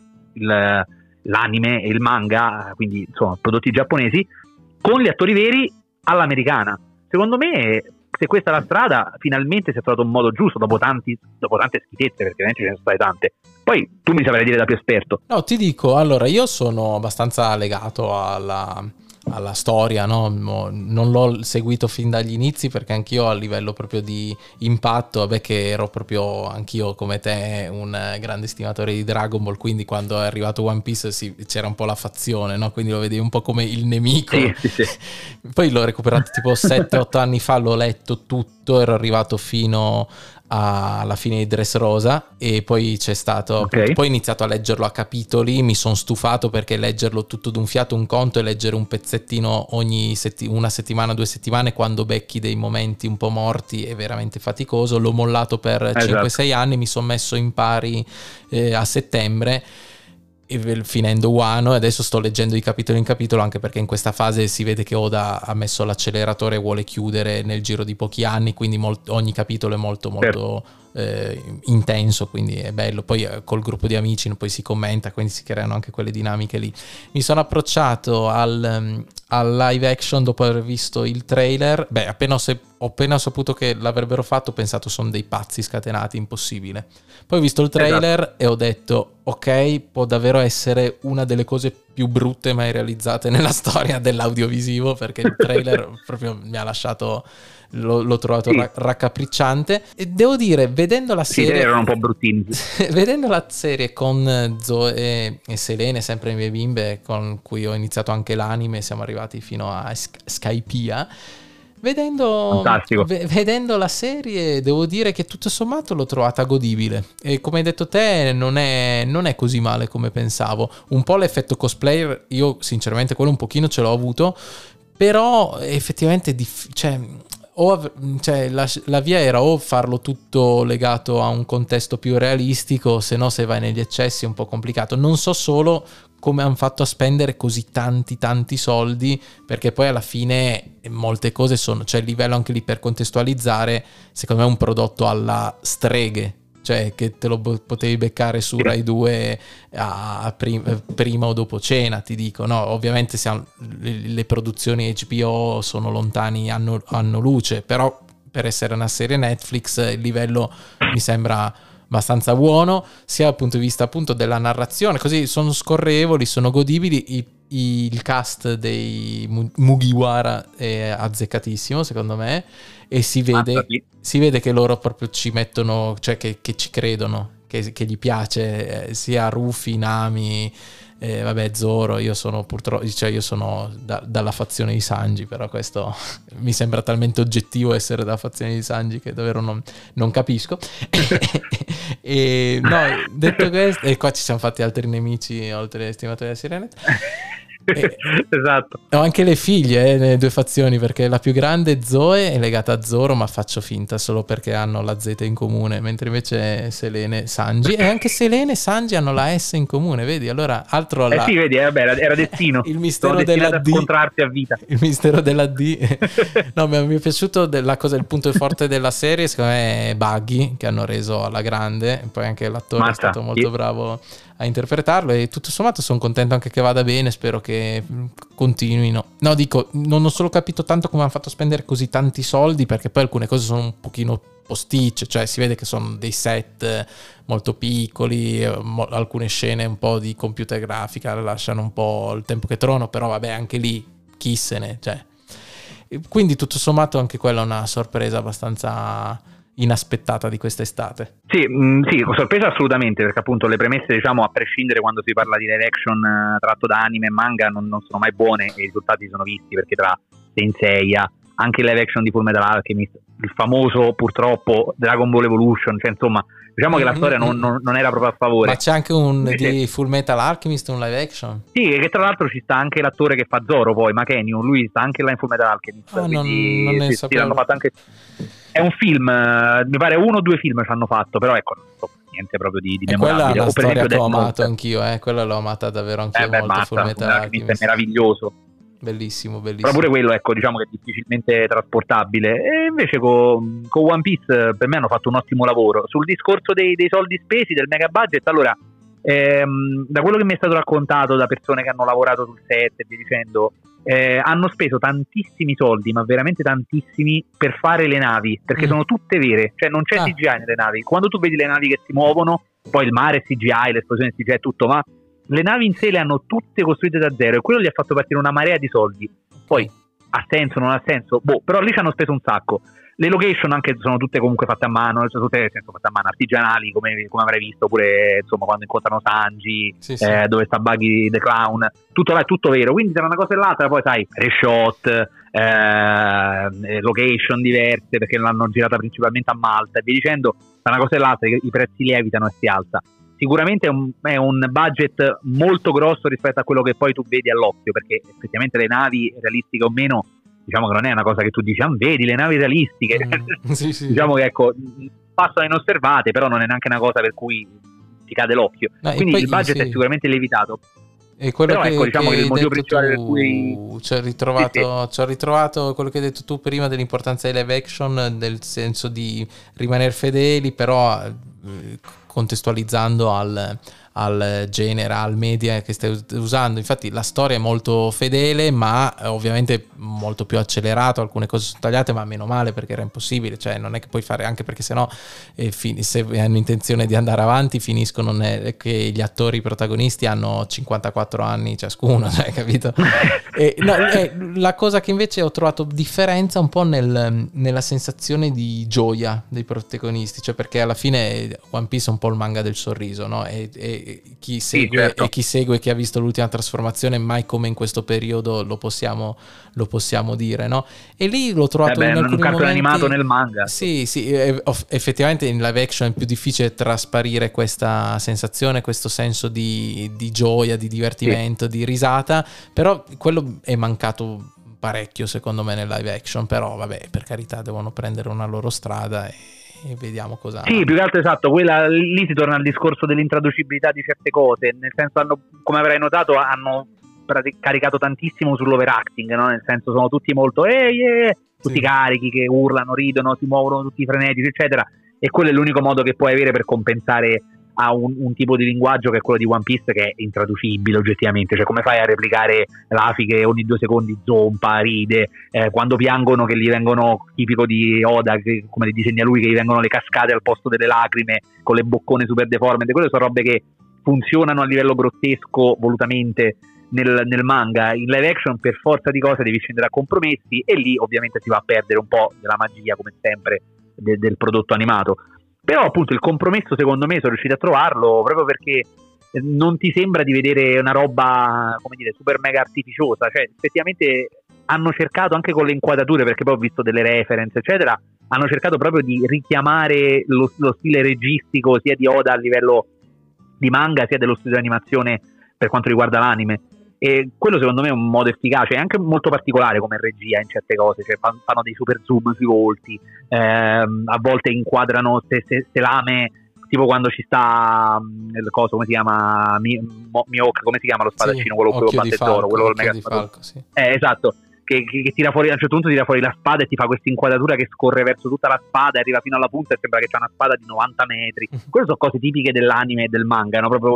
l'anime e il manga, quindi insomma prodotti giapponesi, con gli attori veri all'americana. Secondo me, se questa è la strada, finalmente si è trovato un modo giusto dopo tante schifezze, perché veramente ce ne sono state tante. Poi tu mi saprai dire da più esperto. No, ti dico, allora io sono abbastanza legato alla storia, no? Non l'ho seguito fin dagli inizi, perché anch'io a livello proprio di impatto, vabbè, che ero proprio anch'io come te un grande stimatore di Dragon Ball, quindi quando è arrivato One Piece c'era un po' la fazione, no? Quindi lo vedevi un po' come il nemico. Sì. Poi l'ho recuperato tipo 7-8 anni fa, l'ho letto tutto, ero arrivato fino alla fine di Dressrosa e poi c'è stato appunto, poi ho iniziato a leggerlo a capitoli, mi sono stufato perché leggerlo tutto d'un fiato un conto e leggere un pezzettino ogni una settimana, 2 settimane, quando becchi dei momenti un po' morti, è veramente faticoso. L'ho mollato per 5-6 anni, mi sono messo in pari a settembre, finendo Wano, e adesso sto leggendo di capitolo in capitolo, anche perché in questa fase si vede che Oda ha messo l'acceleratore e vuole chiudere nel giro di pochi anni, quindi ogni capitolo è molto intenso, quindi è bello. Poi col gruppo di amici poi si commenta, quindi si creano anche quelle dinamiche lì. Mi sono approcciato al live action dopo aver visto il trailer. Appena ho appena saputo che l'avrebbero fatto, ho pensato sono dei pazzi scatenati, impossibile. Poi ho visto il trailer e ho detto ok, può davvero essere una delle cose più brutte mai realizzate nella storia dell'audiovisivo, perché il trailer proprio mi ha lasciato, l'ho trovato raccapricciante. E devo dire, vedendo la serie, erano un po' bruttini. Vedendo la serie con Zoe e Selene, sempre le mie bimbe, con cui ho iniziato anche l'anime, siamo arrivati fino a Skypiea, Vedendo la serie devo dire che tutto sommato l'ho trovata godibile e come hai detto te non è così male come pensavo. Un po' l'effetto cosplayer, io sinceramente quello un pochino ce l'ho avuto, però effettivamente la via era o farlo tutto legato a un contesto più realistico, se no se vai negli eccessi è un po' complicato. Non so solo come hanno fatto a spendere così tanti soldi, perché poi alla fine molte cose sono, cioè il livello anche lì per contestualizzare, secondo me è un prodotto alla Streghe, cioè che te lo potevi beccare su Rai 2 prima o dopo cena, ti dico, no? Ovviamente le produzioni HBO sono lontani anno luce, però per essere una serie Netflix il livello mi sembra abbastanza buono, sia dal punto di vista appunto della narrazione, così sono scorrevoli, sono godibili, il cast dei Mugiwara è azzeccatissimo secondo me, e si vede che loro proprio ci mettono, cioè che ci credono, che gli piace, sia Rufy, Nami, vabbè Zoro, io sono purtroppo, cioè io sono dalla fazione di Sanji, però questo mi sembra talmente oggettivo essere dalla fazione di Sanji che davvero non capisco. E no, detto questo, e qua ci siamo fatti altri nemici oltre agli estimatori della Sirenetta. Esatto. Ho anche le figlie nelle due fazioni, perché la più grande Zoe è legata a Zoro, ma faccio finta solo perché hanno la Z in comune, mentre invece Selene, Sanji, e anche Selene e Sanji hanno la S in comune, vedi? Allora altro sì, vedi, vabbè, era destino. Il mistero della D, scontrarsi a vita. il mistero della D. No, mi è piaciuto il punto forte della serie, secondo me è Buggy, che hanno reso alla grande, poi anche l'attore è stato molto bravo a interpretarlo, e tutto sommato sono contento anche che vada bene, spero che continuino. No, dico, non ho solo capito tanto come hanno fatto a spendere così tanti soldi, perché poi alcune cose sono un pochino posticce, cioè si vede che sono dei set molto piccoli, alcune scene un po' di computer grafica lasciano un po' il tempo che trovano, però vabbè, anche lì chi se ne, cioè. Quindi tutto sommato anche quella è una sorpresa abbastanza inaspettata di quest'estate. Sì, sorpresa assolutamente, perché appunto le premesse, diciamo, a prescindere quando si parla di live action tratto da anime e manga non sono mai buone, e i risultati sono visti, perché tra Saint Seiya, anche il live action di Fullmetal Alchemist, il famoso purtroppo Dragon Ball Evolution, cioè insomma diciamo che la storia non era proprio a favore. Ma c'è anche di Fullmetal Alchemist, un live action? Sì, che tra l'altro ci sta anche l'attore che fa Zoro, poi Mackenio, lui sta anche là in Fullmetal Alchemist. Non ne sapevo. L'hanno fatto anche. È un film, mi pare 1 o 2 film ci hanno fatto, però ecco, non so niente proprio di memorabile. Quella è una o per storia esempio che ho amato anch'io, quella l'ho amata davvero anch'io molto. Fullmetal Alchemist è meraviglioso. Bellissimo. Però pure quello, ecco, diciamo che è difficilmente trasportabile. E invece con One Piece per me hanno fatto un ottimo lavoro. Sul discorso dei soldi spesi, del mega budget, allora, da quello che mi è stato raccontato da persone che hanno lavorato sul set e via dicendo, hanno speso tantissimi soldi, ma veramente tantissimi, per fare le navi, perché sono tutte vere, cioè non c'è CGI nelle navi. Quando tu vedi le navi che si muovono, poi il mare è CGI, l'esplosione è CGI, è tutto, ma le navi in sé le hanno tutte costruite da zero, e quello gli ha fatto partire una marea di soldi. Poi ha senso, non ha senso, però lì ci hanno speso un sacco. Le location anche sono tutte comunque fatte a mano, cioè tutte fatte a mano, artigianali, come avrai visto pure insomma quando incontrano Sanji, sì. Dove sta Buggy the Clown, tutto là è tutto vero. Quindi tra una cosa e l'altra poi sai, reshot, location diverse, perché l'hanno girata principalmente a Malta e via dicendo, tra una cosa e l'altra i prezzi lievitano e si alza. Sicuramente è un budget molto grosso rispetto a quello che poi tu vedi all'occhio, perché effettivamente le navi, realistiche o meno, diciamo che non è una cosa che tu dici, vedi le navi realistiche, sì. Diciamo che ecco, passano inosservate, però non è neanche una cosa per cui ti cade l'occhio. Quindi poi, il budget è sicuramente lievitato. E quello però che, ecco, diciamo che il motivo principale per cui ci ho ritrovato quello che hai detto tu prima dell'importanza dei live action, nel senso di rimanere fedeli, però contestualizzando al genere, al media che stai usando. Infatti la storia è molto fedele, ma ovviamente molto più accelerato, alcune cose sono tagliate, ma meno male, perché era impossibile, cioè non è che puoi fare, anche perché sennò se hanno intenzione di andare avanti finiscono che gli attori protagonisti hanno 54 anni ciascuno, cioè, capito? La cosa che invece ho trovato differenza un po' nella sensazione di gioia dei protagonisti, cioè perché alla fine One Piece è un po' il manga del sorriso, no? E chi segue, certo. e chi segue, chi ha visto l'ultima trasformazione, mai come in questo periodo lo possiamo dire, no? E lì l'ho trovato in alcuni un cartone momenti animato nel manga. sì, effettivamente in live action è più difficile trasparire questa sensazione, questo senso di gioia, di divertimento, di risata, però quello è mancato parecchio secondo me nel live action. Però vabbè, per carità, devono prendere una loro strada e vediamo cosa. Sì, più che altro esatto, lì si torna al discorso dell'intraducibilità di certe cose, nel senso come avrai notato, hanno caricato tantissimo sull'overacting, no? Nel senso sono tutti molto tutti sì, carichi, che urlano, ridono, si muovono tutti frenetici, eccetera, e quello è l'unico modo che puoi avere per compensare a un tipo di linguaggio che è quello di One Piece, che è intraducibile oggettivamente. Cioè, come fai a replicare Raffi che ogni 2 secondi zompa, ride, quando piangono che gli vengono, tipico di Oda, come li disegna lui, che gli vengono le cascate al posto delle lacrime con le boccone super deformate. Quelle sono robe che funzionano a livello grottesco volutamente nel manga. In live action per forza di cose devi scendere a compromessi, e lì ovviamente si va a perdere un po' della magia, come sempre, del prodotto animato. Però appunto il compromesso secondo me sono riusciti a trovarlo, proprio perché non ti sembra di vedere una roba, come dire, super mega artificiosa. Cioè effettivamente hanno cercato, anche con le inquadrature, perché poi ho visto delle reference eccetera, hanno cercato proprio di richiamare lo stile registico sia di Oda a livello di manga, sia dello studio di animazione per quanto riguarda l'anime. E quello secondo me è un modo efficace, anche molto particolare come regia in certe cose. Cioè fanno dei super zoom sui volti, a volte inquadrano se lame, tipo quando ci sta il coso, come si chiama, Mihawk, come si chiama lo spadaccino, quello batte Zoro, quello col mega falco, sì. Esatto, che tira fuori, a un certo punto tira fuori la spada e ti fa questa inquadratura che scorre verso tutta la spada e arriva fino alla punta e sembra che c'ha una spada di 90 metri. Quelle sono cose tipiche dell'anime e del manga, no? Proprio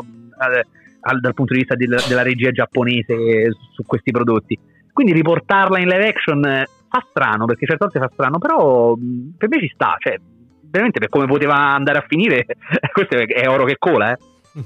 dal punto di vista della regia giapponese su questi prodotti. Quindi riportarla in live action fa strano, perché certe volte fa strano, però per me ci sta. Cioè, veramente, per come poteva andare a finire, questo è oro che cola,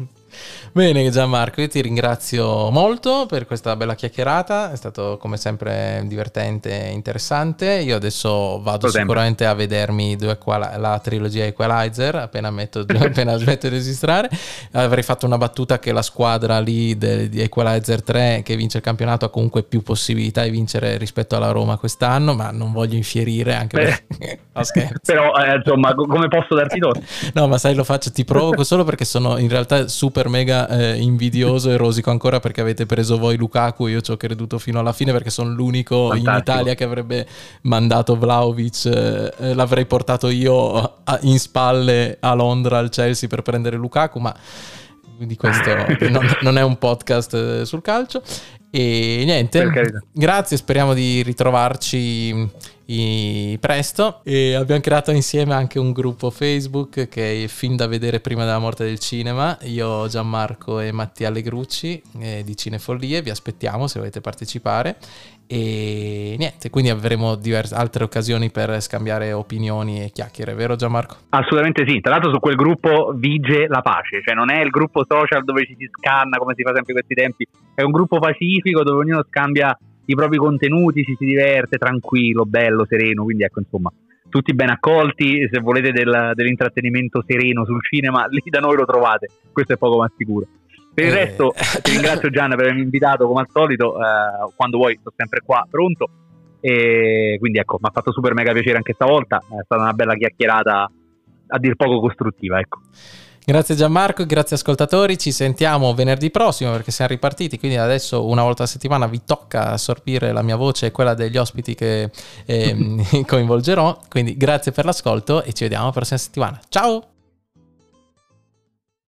Bene Gianmarco, io ti ringrazio molto per questa bella chiacchierata, è stato come sempre divertente e interessante. Io adesso vado sicuramente a vedermi la trilogia Equalizer appena smetto di registrare. Avrei fatto una battuta che la squadra lì di Equalizer 3 che vince il campionato ha comunque più possibilità di vincere rispetto alla Roma quest'anno, ma non voglio infierire, anche perché no, scherzo. Però insomma, come posso darti torto? No, ma sai, lo faccio, ti provoco solo perché sono in realtà super mega invidioso e rosico ancora perché avete preso voi Lukaku. Io ci ho creduto fino alla fine perché sono l'unico in Italia che avrebbe mandato Vlahovic, l'avrei portato io in spalle a Londra al Chelsea per prendere Lukaku, ma di questo non è un podcast sul calcio. E niente, grazie, speriamo di ritrovarci presto. E abbiamo creato insieme anche un gruppo Facebook che è il film da vedere prima della morte del cinema. Io, Gianmarco e Mattia Allegrucci di Cinefollie, vi aspettiamo se volete partecipare. E niente, quindi avremo altre occasioni per scambiare opinioni e chiacchiere, vero Gianmarco? Assolutamente sì, tra l'altro su quel gruppo vige la pace, cioè non è il gruppo social dove ci si scanna come si fa sempre in questi tempi, è un gruppo pacifico dove ognuno scambia i propri contenuti, si diverte, tranquillo, bello, sereno. Quindi ecco, insomma, tutti ben accolti. Se volete dell'intrattenimento sereno sul cinema, lì da noi lo trovate, questo è poco ma sicuro. Per il resto ti ringrazio Gian per avermi invitato come al solito, quando vuoi sto sempre qua pronto, e quindi ecco, mi ha fatto super mega piacere anche stavolta, è stata una bella chiacchierata a dir poco costruttiva, ecco. Grazie Gianmarco, grazie ascoltatori, ci sentiamo venerdì prossimo perché siamo ripartiti, quindi adesso una volta a settimana vi tocca assorbire la mia voce e quella degli ospiti che coinvolgerò, quindi grazie per l'ascolto e ci vediamo la prossima settimana, ciao!